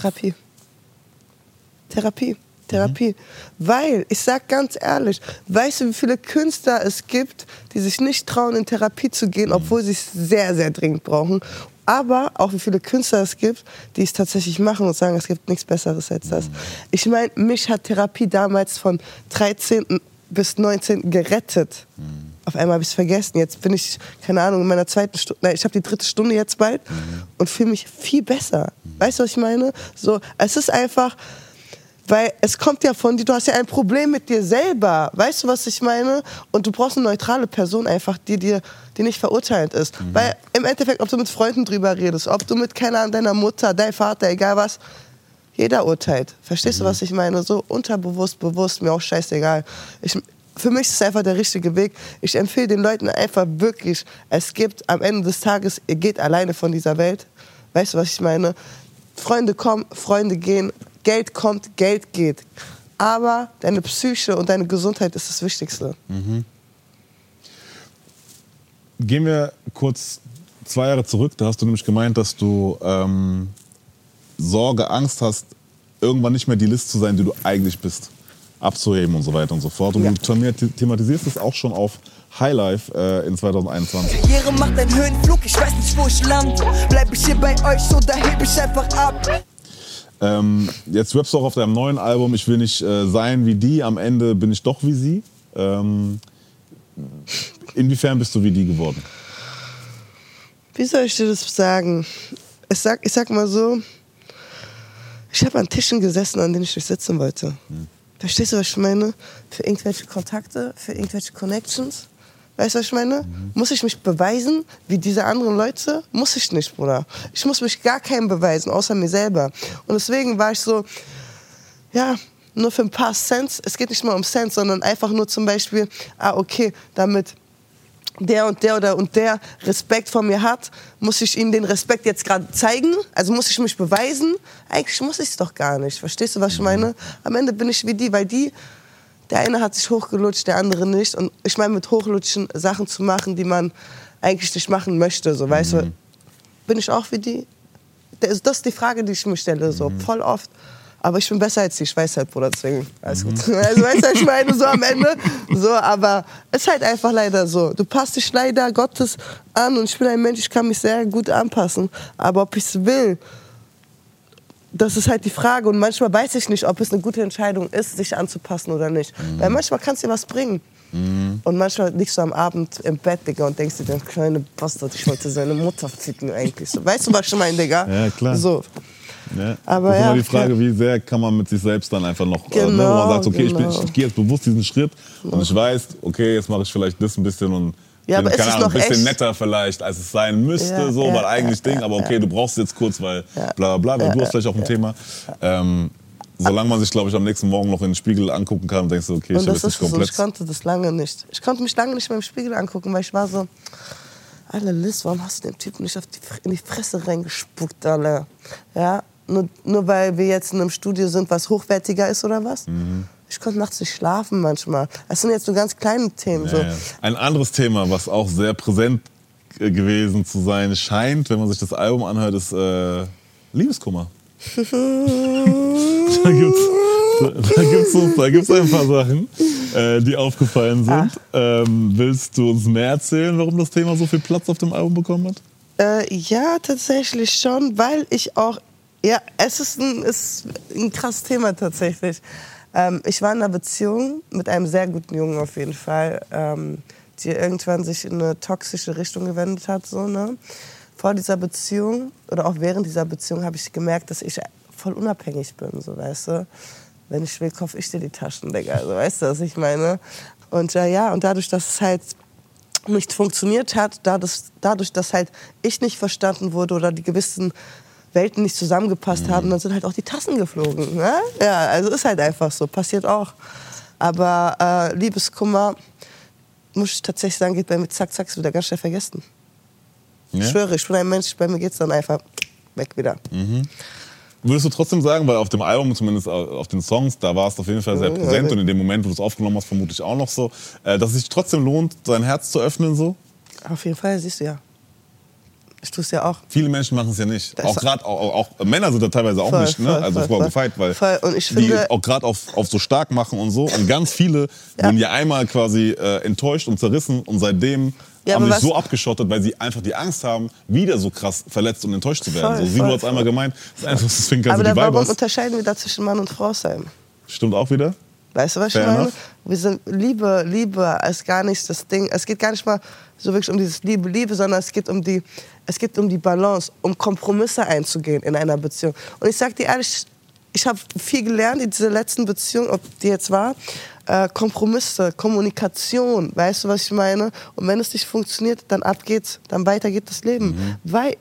Therapie. Weil, ich sag ganz ehrlich, weißt du, wie viele Künstler es gibt, die sich nicht trauen, in Therapie zu gehen, obwohl sie es sehr, sehr dringend brauchen. Aber auch wie viele Künstler es gibt, die es tatsächlich machen und sagen, es gibt nichts Besseres als das. Ich meine, mich hat Therapie damals von 13. bis 19. gerettet. Auf einmal habe ich es vergessen. Jetzt bin ich, keine Ahnung, in meiner zweiten Stunde, nein, ich habe die 3. Stunde jetzt bald und fühle mich viel besser. Weißt du, was ich meine? So, es ist einfach... Weil es kommt ja von dir, du hast ja ein Problem mit dir selber. Weißt du, was ich meine? Und du brauchst eine neutrale Person einfach, die nicht verurteilt ist. Weil im Endeffekt, ob du mit Freunden drüber redest, ob du mit, keine Ahnung, deiner Mutter, deinem Vater, egal was, jeder urteilt. Verstehst du, was ich meine? So unterbewusst, bewusst, mir auch scheißegal. Für mich ist es einfach der richtige Weg. Ich empfehle den Leuten einfach wirklich, es gibt am Ende des Tages, ihr geht alleine von dieser Welt. Weißt du, was ich meine? Freunde kommen, Freunde gehen. Geld kommt, Geld geht. Aber deine Psyche und deine Gesundheit ist das Wichtigste. Gehen wir kurz 2 Jahre zurück. Da hast du nämlich gemeint, dass du Sorge, Angst hast, irgendwann nicht mehr die List zu sein, die du eigentlich bist. Abzuheben und so weiter und so fort. Und du thematisierst es auch schon auf Highlife in 2021. Karriere macht einen Höhenflug, ich weiß nicht, wo ich lande. Bleib ich hier bei euch oder heb ich einfach ab? Jetzt rappst du auch auf deinem neuen Album, ich will nicht sein wie die, am Ende bin ich doch wie sie. Inwiefern bist du wie die geworden? Wie soll ich dir das sagen? Ich sag mal so, ich habe an Tischen gesessen, an denen ich nicht sitzen wollte. Verstehst du, was ich meine? Für irgendwelche Kontakte, für irgendwelche Connections. Weißt du, was ich meine? Muss ich mich beweisen wie diese anderen Leute? Muss ich nicht, Bruder. Ich muss mich gar keinem beweisen, außer mir selber. Und deswegen war ich so, ja, nur für ein paar Cents. Es geht nicht mal um Cents, sondern einfach nur zum Beispiel, okay, damit der und der Respekt vor mir hat, muss ich ihm den Respekt jetzt gerade zeigen? Also muss ich mich beweisen? Eigentlich muss ich es doch gar nicht. Verstehst du, was ich meine? Am Ende bin ich wie die, weil der eine hat sich hochgelutscht, der andere nicht. Und ich meine, mit Hochlutschen Sachen zu machen, die man eigentlich nicht machen möchte. So, weißt du, bin ich auch wie die? Das ist die Frage, die ich mir stelle, so voll oft. Aber ich bin besser als die, ich weiß halt, Bruder, deswegen alles gut. Also, weißt du, ich meine, so am Ende. So, aber es ist halt einfach leider so. Du passt dich leider Gottes an und ich bin ein Mensch, ich kann mich sehr gut anpassen. Aber ob ich es will, das ist halt die Frage. Und manchmal weiß ich nicht, ob es eine gute Entscheidung ist, sich anzupassen oder nicht. Weil manchmal kann es dir was bringen. Und manchmal liegst du am Abend im Bett, Digga, und denkst dir, der kleine Bastard, ich wollte seine Mutter ficken eigentlich. So, weißt du, was ich meine, Digga? Ja, klar. So. Ja. Aber das ist ja, immer die Frage, wie sehr kann man mit sich selbst dann einfach noch, Genau, wo man sagt, okay, genau. ich gehe jetzt bewusst diesen Schritt und ich weiß, okay, jetzt mache ich vielleicht das ein bisschen und Ja, bin, aber keine ist es Ahnung, noch ein bisschen echt? netter vielleicht, als es sein müsste, Ja, so, ja, weil eigentlich ja, Ding, aber okay, du brauchst es jetzt kurz, weil bla bla bla, weil du hast vielleicht auch ein Thema. Solange man sich, glaube ich, am nächsten Morgen noch in den Spiegel angucken kann, denkst du, okay, ich habe jetzt nicht komplett... Ich konnte das lange nicht. Ich konnte mich lange nicht mehr im Spiegel angucken, weil ich war so, Alter Liz, warum hast du dem Typen nicht in die Fresse reingespuckt, Alter? Ja, nur weil wir jetzt in einem Studio sind, was hochwertiger ist oder was? Ich konnte nachts nicht schlafen manchmal. Das sind jetzt so ganz kleine Themen. So. Ja. Ein anderes Thema, was auch sehr präsent gewesen zu sein scheint, wenn man sich das Album anhört, ist Liebeskummer. Da gibt's ein paar Sachen, die aufgefallen sind. Willst du uns mehr erzählen, warum das Thema so viel Platz auf dem Album bekommen hat? Ja, tatsächlich schon, weil ich auch, ja, es ist ein krasses Thema tatsächlich. Ich war in einer Beziehung mit einem sehr guten Jungen auf jeden Fall, die irgendwann sich in eine toxische Richtung gewendet hat, so, ne? Vor dieser Beziehung oder auch während dieser Beziehung habe ich gemerkt, dass ich voll unabhängig bin, so, weißt du. Wenn ich will, kaufe ich dir die Taschen, Digga, also, weißt du, was ich meine? Und und dadurch, dass es halt nicht funktioniert hat, dadurch, dass halt ich nicht verstanden wurde oder die gewissen Welten nicht zusammengepasst haben, dann sind halt auch die Tassen geflogen, ne? Ja, also ist halt einfach so, passiert auch. Aber Liebeskummer, muss ich tatsächlich sagen, geht bei mir zack, zack, ist wieder ganz schnell vergessen. Ja? Ich schwöre, ich bin ein Mensch, bei mir geht's dann einfach weg wieder. Würdest du trotzdem sagen, weil auf dem Album, zumindest auf den Songs, da war es auf jeden Fall sehr präsent und in dem Moment, wo du es aufgenommen hast, vermutlich auch noch so, dass es sich trotzdem lohnt, sein Herz zu öffnen so? Auf jeden Fall, siehst du ja. Ich tue es ja auch. Viele Menschen machen es ja nicht. Auch gerade auch Männer sind da teilweise auch nicht, ne? Also voll gefeit, weil und ich die finde, auch gerade auf so stark machen und so. Und ganz viele wurden ja einmal quasi enttäuscht und zerrissen und seitdem haben sich so abgeschottet, weil sie einfach die Angst haben, wieder so krass verletzt und enttäuscht zu werden. So, Simo hat es einmal gemeint, das ist einfach, deswegen kannst du die Vibers. Aber warum unterscheiden wir da zwischen Mann und Frau sein? Stimmt auch wieder. Weißt du, was ich meine? Wir sind Liebe ist gar nicht das Ding. Es geht gar nicht mal so wirklich um dieses Liebe, sondern es geht um die Balance, um Kompromisse einzugehen in einer Beziehung. Und ich sag dir ehrlich, ich habe viel gelernt in dieser letzten Beziehung, ob die jetzt war, Kompromisse, Kommunikation, weißt du, was ich meine? Und wenn es nicht funktioniert, dann ab geht's, dann weiter geht das Leben. Weil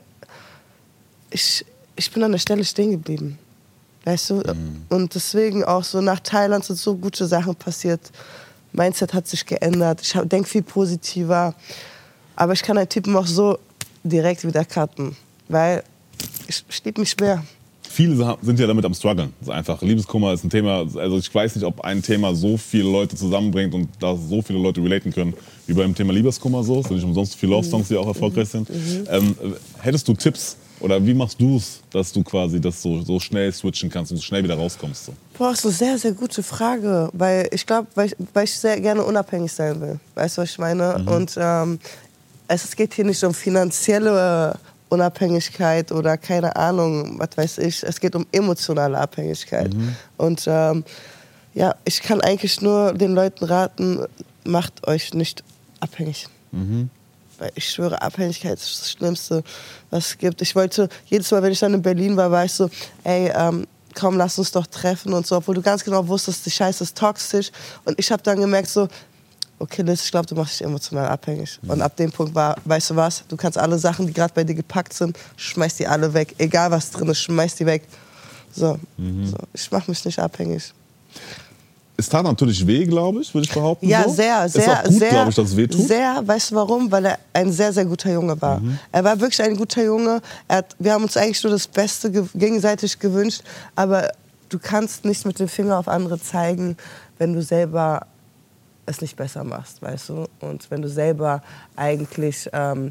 ich bin an der Stelle stehen geblieben. Weißt du? Und deswegen auch so nach Thailand sind so gute Sachen passiert. Mindset hat sich geändert. Ich denke viel positiver. Aber ich kann einen Typen auch so direkt wieder cutten. Weil ich liebe mich mehr. Viele sind ja damit am struggeln. Das ist einfach, Liebeskummer ist ein Thema, also ich weiß nicht, ob ein Thema so viele Leute zusammenbringt und da so viele Leute relaten können, wie beim Thema Liebeskummer so. Es sind nicht umsonst viele Love-Songs, die auch erfolgreich sind. Hättest du Tipps oder wie machst du es, dass du quasi das so schnell switchen kannst und so schnell wieder rauskommst? So? Boah, das ist eine sehr, sehr gute Frage, weil ich glaube, weil ich sehr gerne unabhängig sein will. Weißt du, was ich meine? Und es geht hier nicht um finanzielle Unabhängigkeit oder keine Ahnung, was weiß ich. Es geht um emotionale Abhängigkeit. Und ich kann eigentlich nur den Leuten raten, macht euch nicht abhängig. Weil ich schwöre, Abhängigkeit ist das Schlimmste, was es gibt. Ich wollte, jedes Mal, wenn ich dann in Berlin war ich so, ey, komm, lass uns doch treffen und so, obwohl du ganz genau wusstest, die Scheiße ist toxisch. Und ich habe dann gemerkt so, okay, Liz, ich glaube, du machst dich emotional abhängig. Und ab dem Punkt war, weißt du was, du kannst alle Sachen, die gerade bei dir gepackt sind, schmeiß die alle weg. Egal, was drin ist, schmeiß die weg. So, ich mache mich nicht abhängig. Es tat natürlich weh, glaube ich, würde ich behaupten. Ja, so. sehr, ist auch gut, glaube ich, dass es weh tut. Sehr, weißt du warum? Weil er ein sehr, sehr guter Junge war. Er war wirklich ein guter Junge. Wir haben uns eigentlich nur das Beste gegenseitig gewünscht. Aber du kannst nicht mit dem Finger auf andere zeigen, wenn du selber es nicht besser machst, weißt du? Und wenn du selber eigentlich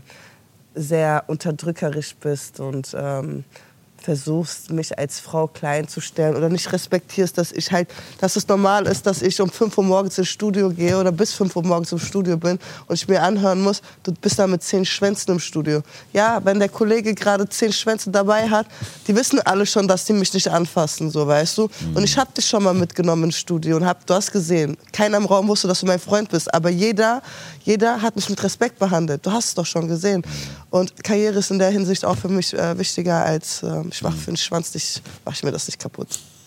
sehr unterdrückerisch bist und versuchst, mich als Frau klein zu stellen oder nicht respektierst, dass es normal ist, dass ich um 5 Uhr morgens ins Studio gehe oder bis 5 Uhr morgens im Studio bin und ich mir anhören muss, du bist da mit 10 Schwänzen im Studio. Ja, wenn der Kollege gerade 10 Schwänze dabei hat, die wissen alle schon, dass die mich nicht anfassen, so, weißt du? Und ich hab dich schon mal mitgenommen ins Studio und du hast gesehen, keiner im Raum wusste, dass du mein Freund bist, aber jeder hat mich mit Respekt behandelt. Du hast es doch schon gesehen. Und Karriere ist in der Hinsicht auch für mich wichtiger als ich mache für den Schwanz mach ich mir das nicht kaputt.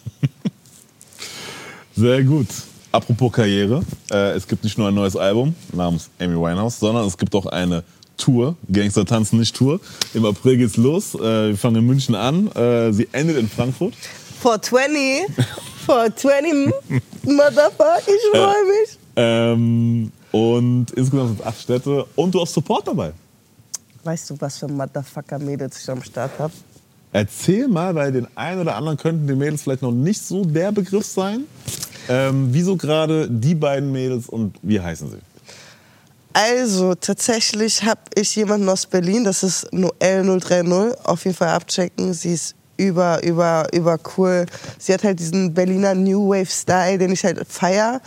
Sehr gut. Apropos Karriere, es gibt nicht nur ein neues Album namens Amy Winehouse, sondern es gibt auch eine Tour, Gangster tanzen nicht Tour. Im April geht's los. Wir fangen in München an. Sie endet in Frankfurt. 420, Motherfucker, ich freue mich. Und insgesamt sind es 8 Städte und du hast Support dabei. Weißt du, was für Motherfucker-Mädels ich am Start habe? Erzähl mal, weil den einen oder anderen könnten die Mädels vielleicht noch nicht so der Begriff sein. Wieso gerade die beiden Mädels und wie heißen sie? Also, tatsächlich habe ich jemanden aus Berlin, das ist Noelle 030, auf jeden Fall abchecken. Sie ist über cool. Sie hat halt diesen Berliner New Wave Style, den ich halt feiere.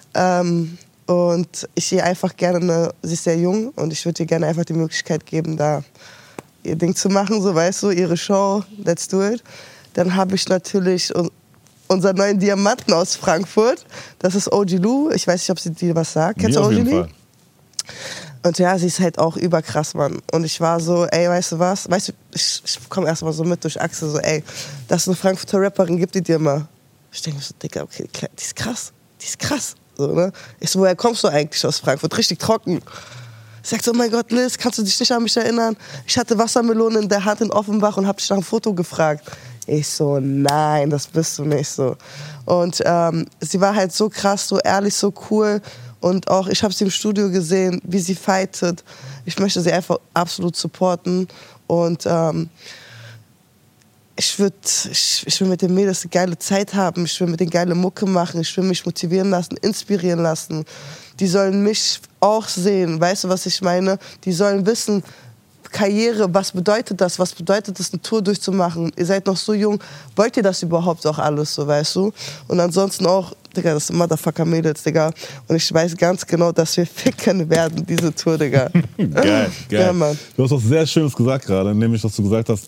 Und ich ihr einfach gerne, sie ist sehr jung und ich würde ihr gerne einfach die Möglichkeit geben, da ihr Ding zu machen, so, weißt du, ihre Show, let's do it. Dann habe ich natürlich unseren neuen Diamanten aus Frankfurt, das ist OG Lou, ich weiß nicht, ob sie dir was sagt. Kennst du OG Lou? Und ja, sie ist halt auch überkrass, Mann. Und ich war so, ey, weißt du was? Weißt du, ich komme erst mal so mit durch Achse, so, ey, das ist eine Frankfurter Rapperin, gib die dir mal. Ich denke so, Digga, okay, die ist krass. So, ne? Ich so, woher kommst du eigentlich aus Frankfurt? Richtig trocken. Ich sag so, oh mein Gott, Liz, kannst du dich nicht an mich erinnern? Ich hatte Wassermelone in der Hand in Offenbach und hab dich nach einem Foto gefragt. Ich so, nein, das bist du nicht so. Und sie war halt so krass, so ehrlich, so cool. Und auch, ich habe sie im Studio gesehen, wie sie fightet. Ich möchte sie einfach absolut supporten. Und ich will mit den Mädels eine geile Zeit haben, ich will mit denen geile Mucke machen, ich will mich motivieren lassen, inspirieren lassen. Die sollen mich auch sehen, weißt du, was ich meine? Die sollen wissen, Karriere, was bedeutet das? Was bedeutet es, eine Tour durchzumachen? Ihr seid noch so jung, wollt ihr das überhaupt auch alles, so, weißt du? Und ansonsten auch, Digga, das sind Motherfucker-Mädels, Digga. Und ich weiß ganz genau, dass wir ficken werden, diese Tour, Digga. Geil. Ja, Mann. Du hast was sehr Schönes gesagt gerade, nämlich, dass du gesagt hast,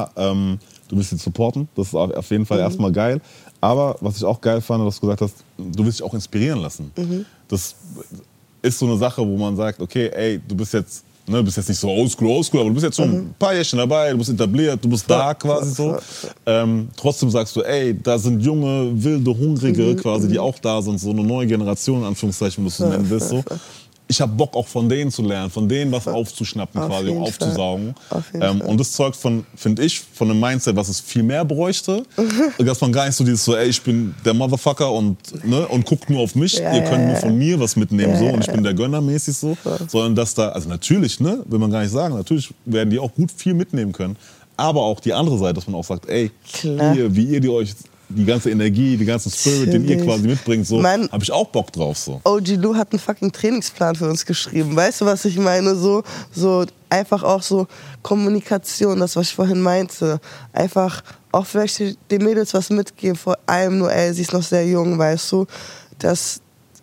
du willst sie supporten, das ist auf jeden Fall erstmal geil. Aber was ich auch geil fand, dass du gesagt hast, du willst dich auch inspirieren lassen. Das ist so eine Sache, wo man sagt, okay, ey, du bist jetzt nicht so oldschool, aber du bist jetzt schon ein paar Jährchen dabei, du bist etabliert, du bist da quasi so. Trotzdem sagst du, ey, da sind junge, wilde, hungrige quasi, die auch da sind, so eine neue Generation, in Anführungszeichen, wenn du es so nennen willst. So. Ich habe Bock auch von denen zu lernen, von denen was aufzuschnappen quasi, um aufzusaugen. Und das zeugt von, finde ich, von einem Mindset, was es viel mehr bräuchte. Dass man gar nicht so dieses so, ey, ich bin der Motherfucker und guckt nur auf mich, ihr könnt nur von mir was mitnehmen so und ich bin der Gönner mäßig so. Sondern dass da, also natürlich, will man gar nicht sagen, natürlich werden die auch gut viel mitnehmen können. Aber auch die andere Seite, dass man auch sagt, ey, wie ihr euch die ganze Energie, den ganzen Spirit, den ihr quasi mitbringt, so, habe ich auch Bock drauf. So. OG Lou hat einen fucking Trainingsplan für uns geschrieben. Weißt du, was ich meine? So einfach auch so Kommunikation, das, was ich vorhin meinte. Einfach auch vielleicht den Mädels was mitgeben, vor allem nur, ey, sie ist noch sehr jung, weißt du, dass,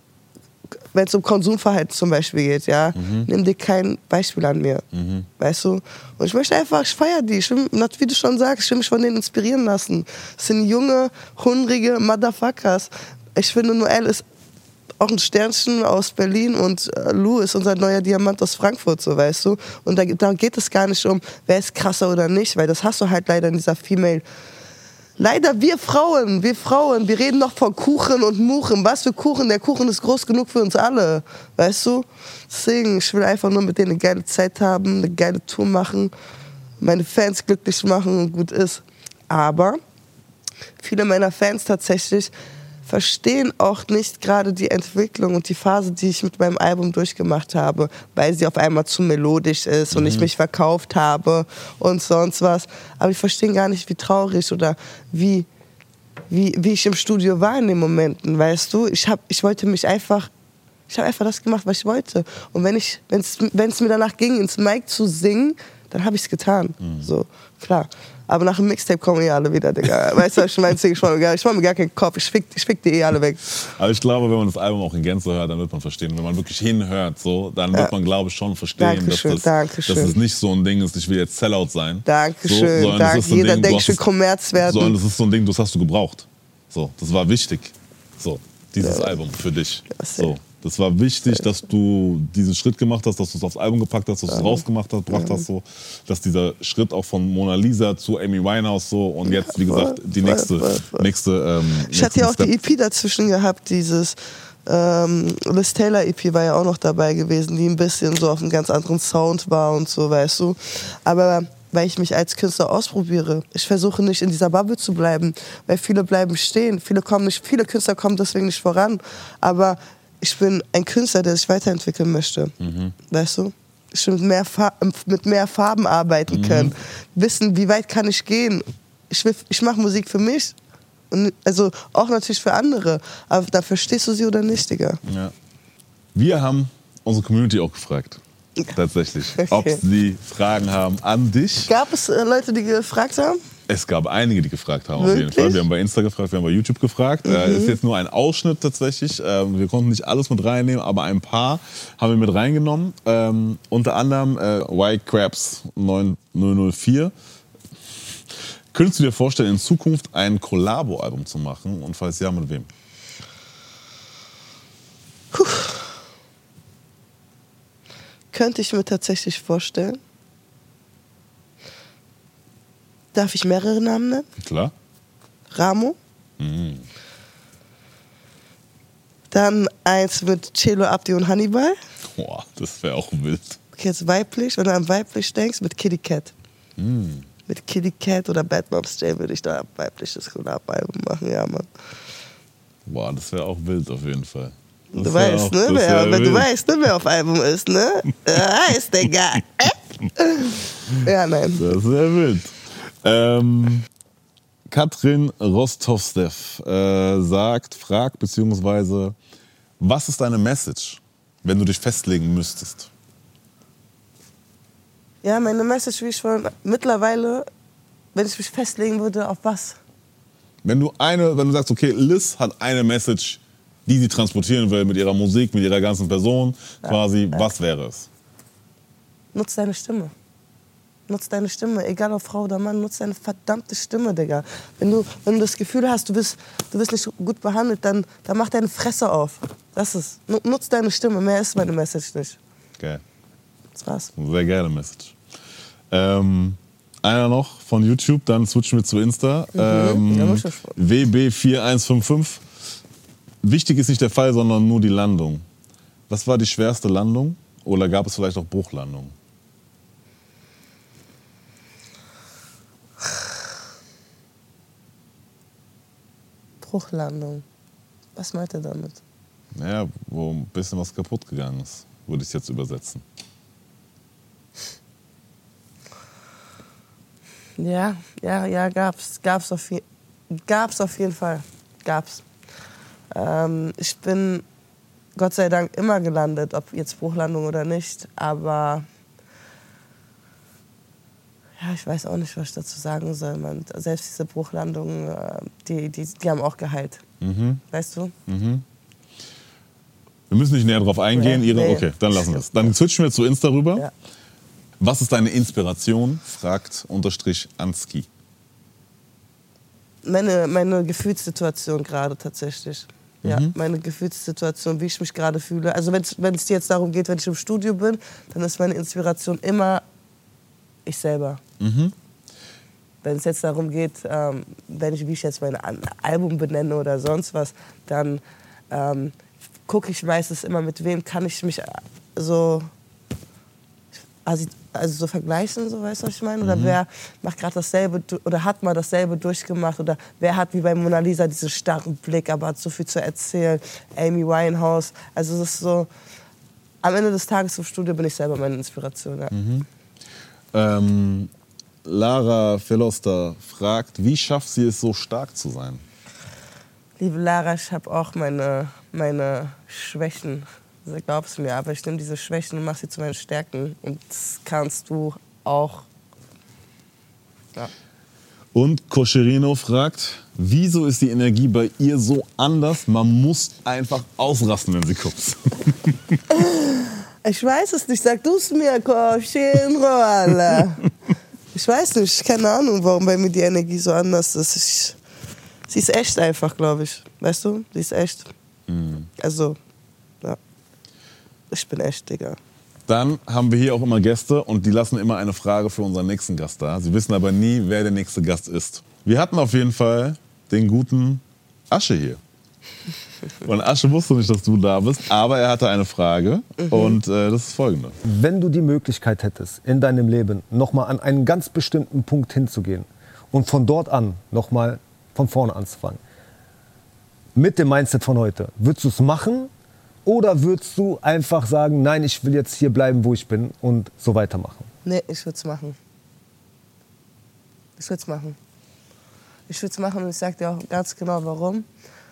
wenn es um Konsumverhalten zum Beispiel geht, ja, nimm dir kein Beispiel an mir, weißt du? Und ich möchte einfach, ich feiere die, wie du schon sagst, ich will mich von denen inspirieren lassen. Das sind junge, hungrige Motherfuckers. Ich finde, Noel ist auch ein Sternchen aus Berlin und Lou ist unser neuer Diamant aus Frankfurt, so, weißt du? Und da geht es gar nicht um, wer ist krasser oder nicht, weil das hast du halt leider in dieser Female. Leider wir Frauen, wir reden noch von Kuchen und Muchen. Was für Kuchen? Der Kuchen ist groß genug für uns alle, weißt du? Deswegen, ich will einfach nur mit denen eine geile Zeit haben, eine geile Tour machen, meine Fans glücklich machen und gut ist. Aber viele meiner Fans tatsächlich verstehen auch nicht gerade die Entwicklung und die Phase, die ich mit meinem Album durchgemacht habe, weil sie auf einmal zu melodisch ist und ich mich verkauft habe und sonst was. Aber die verstehen gar nicht, wie traurig oder wie ich im Studio war in den Momenten, weißt du? Ich habe einfach das gemacht, was ich wollte. Und wenn es mir danach ging, ins Mic zu singen, dann habe ich es getan. So, klar. Aber nach dem Mixtape kommen alle wieder, Digga. Weißt du, was ich meine? Ich mach mir gar keinen Kopf. Ich fick die alle weg. Aber ich glaube, wenn man das Album auch in Gänze hört, dann wird man verstehen. Wenn man wirklich hinhört, so, dann wird man, glaube ich, schon verstehen, dass es nicht so ein Ding ist, ich will jetzt Sellout sein. Dankeschön. So, danke. Jeder denkt, ich will Kommerz werden. Sondern das ist so ein Ding, das hast du gebraucht. So, das war wichtig. So, dieses Album für dich. So. Das war wichtig, dass du diesen Schritt gemacht hast, dass du es aufs Album gepackt hast, dass du es rausgebracht hast, gebracht hast, so, dass dieser Schritt auch von Mona Lisa zu Amy Winehouse so und jetzt, wie gesagt, die nächste ich hatte ja auch die EP dazwischen gehabt, dieses Liz Taylor EP war ja auch noch dabei gewesen, die ein bisschen so auf einem ganz anderen Sound war und so, weißt du. Aber weil ich mich als Künstler ausprobiere. Ich versuche nicht in dieser Bubble zu bleiben, weil viele bleiben stehen. Viele Künstler kommen deswegen nicht voran. Aber ich bin ein Künstler, der sich weiterentwickeln möchte. Weißt du? Ich will mit mehr Farben arbeiten können. Wissen, wie weit kann ich gehen. Ich mache Musik für mich. Und also auch natürlich für andere. Aber da verstehst du sie oder nicht, Digga. Ja. Wir haben unsere Community auch gefragt. Tatsächlich. Ob sie Fragen haben an dich. Gab es Leute, die gefragt haben? Es gab einige, die gefragt haben, auf jeden Fall. Wir haben bei Insta gefragt, wir haben bei YouTube gefragt. Ist jetzt nur ein Ausschnitt tatsächlich. Wir konnten nicht alles mit reinnehmen, aber ein paar haben wir mit reingenommen. Unter anderem White Crabs 9004. Könntest du dir vorstellen, in Zukunft ein Collabo-Album zu machen? Und falls ja, mit wem? Könnte ich mir tatsächlich vorstellen. Darf ich mehrere Namen nennen? Klar. Ramo. Dann eins mit Celo Abdi und Hannibal. Boah, das wäre auch wild. Okay, jetzt weiblich. Wenn du an weiblich denkst, mit Kitty Cat. Mit Kitty Cat oder Bad Moms J würde ich da ein weibliches Collab-Album machen, ja, Mann. Boah, das wäre auch wild auf jeden Fall. Du weißt, ne, wer auf Album ist, ne? Ist der geil. Ja, nein. Das wäre wild. Katrin Rostovstev fragt beziehungsweise, was ist deine Message, wenn du dich festlegen müsstest? Ja, meine Message, wie ich schon mittlerweile, wenn ich mich festlegen würde, auf was? Wenn du sagst, okay, Liz hat eine Message, die sie transportieren will mit ihrer Musik, mit ihrer ganzen Person, quasi, was wäre es? Nutz deine Stimme. Nutz deine Stimme, egal ob Frau oder Mann, nutz deine verdammte Stimme, Digga. Wenn du das Gefühl hast, du wirst nicht gut behandelt, dann mach deine Fresse auf. Das ist, nutz deine Stimme, mehr ist meine Message nicht. Geil. Das war's. Sehr geile Message. Einer noch von YouTube, dann switchen wir zu Insta. WB4155. Wichtig ist nicht der Fall, sondern nur die Landung. Was war die schwerste Landung? Oder gab es vielleicht auch Bruchlandungen? Bruchlandung. Was meint er damit? Naja, wo ein bisschen was kaputt gegangen ist, würde ich es jetzt übersetzen. Ja, gab's auf jeden Fall. Gab's. Ich bin Gott sei Dank immer gelandet, ob jetzt Bruchlandung oder nicht, aber ja, ich weiß auch nicht, was ich dazu sagen soll. Man, selbst diese Bruchlandungen, die haben auch geheilt. Weißt du? Wir müssen nicht näher drauf eingehen. Nee. Okay, dann lassen wir es. Dann switchen wir zu Insta rüber. Ja. Was ist deine Inspiration? Fragt _Anski. Meine Gefühlssituation gerade tatsächlich. Ja, meine Gefühlssituation, wie ich mich gerade fühle. Also wenn es jetzt darum geht, wenn ich im Studio bin, dann ist meine Inspiration immer ich selber. Wenn es jetzt darum geht, wie ich jetzt mein Album benenne oder sonst was, dann gucke ich meistens immer, mit wem kann ich mich so vergleichen, so, weißt du, was ich meine? Oder wer macht gerade dasselbe oder hat mal dasselbe durchgemacht oder wer hat wie bei Mona Lisa diesen starren Blick, aber hat so viel zu erzählen. Amy Winehouse, also es ist so, am Ende des Tages im Studio bin ich selber meine Inspiration. Ja. Lara Veloster fragt, wie schafft sie es, so stark zu sein? Liebe Lara, ich habe auch meine Schwächen. Glaubst du mir, aber ich nehme diese Schwächen und mache sie zu meinen Stärken. Und das kannst du auch. Ja. Und Koscherino fragt, wieso ist die Energie bei ihr so anders? Man muss einfach ausrasten, wenn sie kommt. Ich weiß es nicht, sag du es mir, Koscherino, Alter. Ich weiß nicht, keine Ahnung, warum bei mir die Energie so anders ist. Sie ist echt einfach, glaube ich. Weißt du, sie ist echt. Also, ja. Ich bin echt, Digga. Dann haben wir hier auch immer Gäste und die lassen immer eine Frage für unseren nächsten Gast da. Sie wissen aber nie, wer der nächste Gast ist. Wir hatten auf jeden Fall den guten Asche hier. Und Asche wusste nicht, dass du da bist, aber er hatte eine Frage und das ist folgende. Wenn du die Möglichkeit hättest, in deinem Leben nochmal an einen ganz bestimmten Punkt hinzugehen und von dort an nochmal von vorne anzufangen, mit dem Mindset von heute, würdest du es machen? Oder würdest du einfach sagen, nein, ich will jetzt hier bleiben, wo ich bin und so weitermachen? Nee, ich würde es machen. Ich würde es machen. Ich würde es machen und ich sage dir auch ganz genau, warum.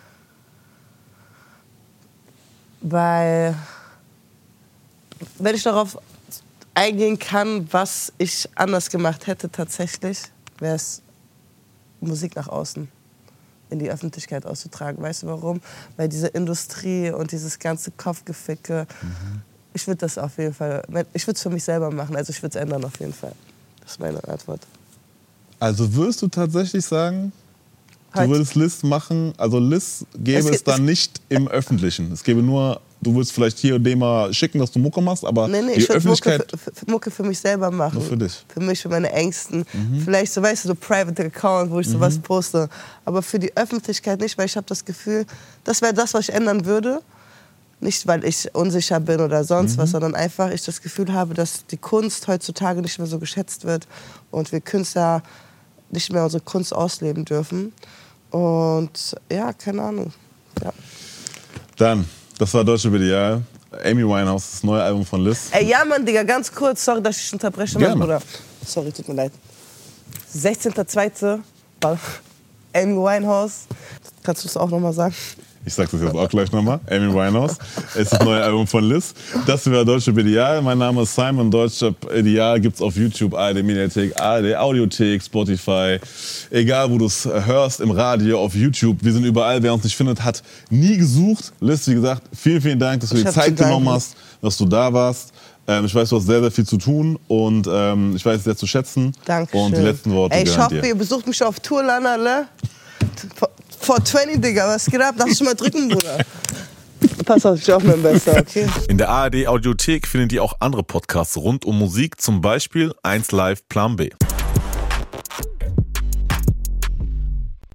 Weil, wenn ich darauf eingehen kann, was ich anders gemacht hätte tatsächlich, wäre es Musik nach außen, in die Öffentlichkeit auszutragen. Weißt du warum? Weil diese Industrie und dieses ganze Kopfgeficke, ich würde das auf jeden Fall, ich würde es für mich selber machen, also ich würde es ändern auf jeden Fall. Das ist meine Antwort. Also würdest du tatsächlich sagen, du würdest Liz machen, also Liz gäbe es dann nicht im Öffentlichen. Es gäbe nur, du würdest vielleicht hier und dem mal schicken, dass du Mucke machst, aber nee, die ich Öffentlichkeit... Mucke für mich selber machen. Nur für dich? Für mich, für meine Ängsten. Vielleicht so, weißt du, so Private Account, wo ich sowas poste. Aber für die Öffentlichkeit nicht, weil ich habe das Gefühl, das wäre das, was ich ändern würde. Nicht, weil ich unsicher bin oder sonst was, sondern einfach ich das Gefühl habe, dass die Kunst heutzutage nicht mehr so geschätzt wird und wir Künstler nicht mehr unsere Kunst ausleben dürfen. Und ja, keine Ahnung. Ja. Dann, das war Deutsche Ideal. Amy Winehouse, das neue Album von Liz. Ey, ja, Mann, Digga, ganz kurz, sorry, dass ich unterbreche, mein Bruder. Sorry, tut mir leid. 16.02. Amy Winehouse. Kannst du es auch nochmal sagen? Ich sag das jetzt auch gleich nochmal. Amy Winehouse. Es ist das neue Album von Liz. Das war Deutschrap Ideal. Mein Name ist Simon. Deutschrap Ideal gibt's auf YouTube, ARD Mediathek, ARD Audiothek, Spotify. Egal, wo du es hörst, im Radio, auf YouTube. Wir sind überall. Wer uns nicht findet, hat nie gesucht. Liz, wie gesagt, vielen, vielen Dank, dass du dir Zeit genommen hast, dass du da warst. Ich weiß, du hast sehr, sehr viel zu tun und ich weiß es sehr zu schätzen. Dankeschön. Und die letzten Worte Ey, ich hoffe, dir. ihr besucht mich auf Tour, Lanale. 420, Digga, was geht ab? Lass dich mal drücken, Bruder. Pass auf, ich auch mein Bester, okay? In der ARD Audiothek findet ihr auch andere Podcasts rund um Musik, zum Beispiel 1Live Plan B.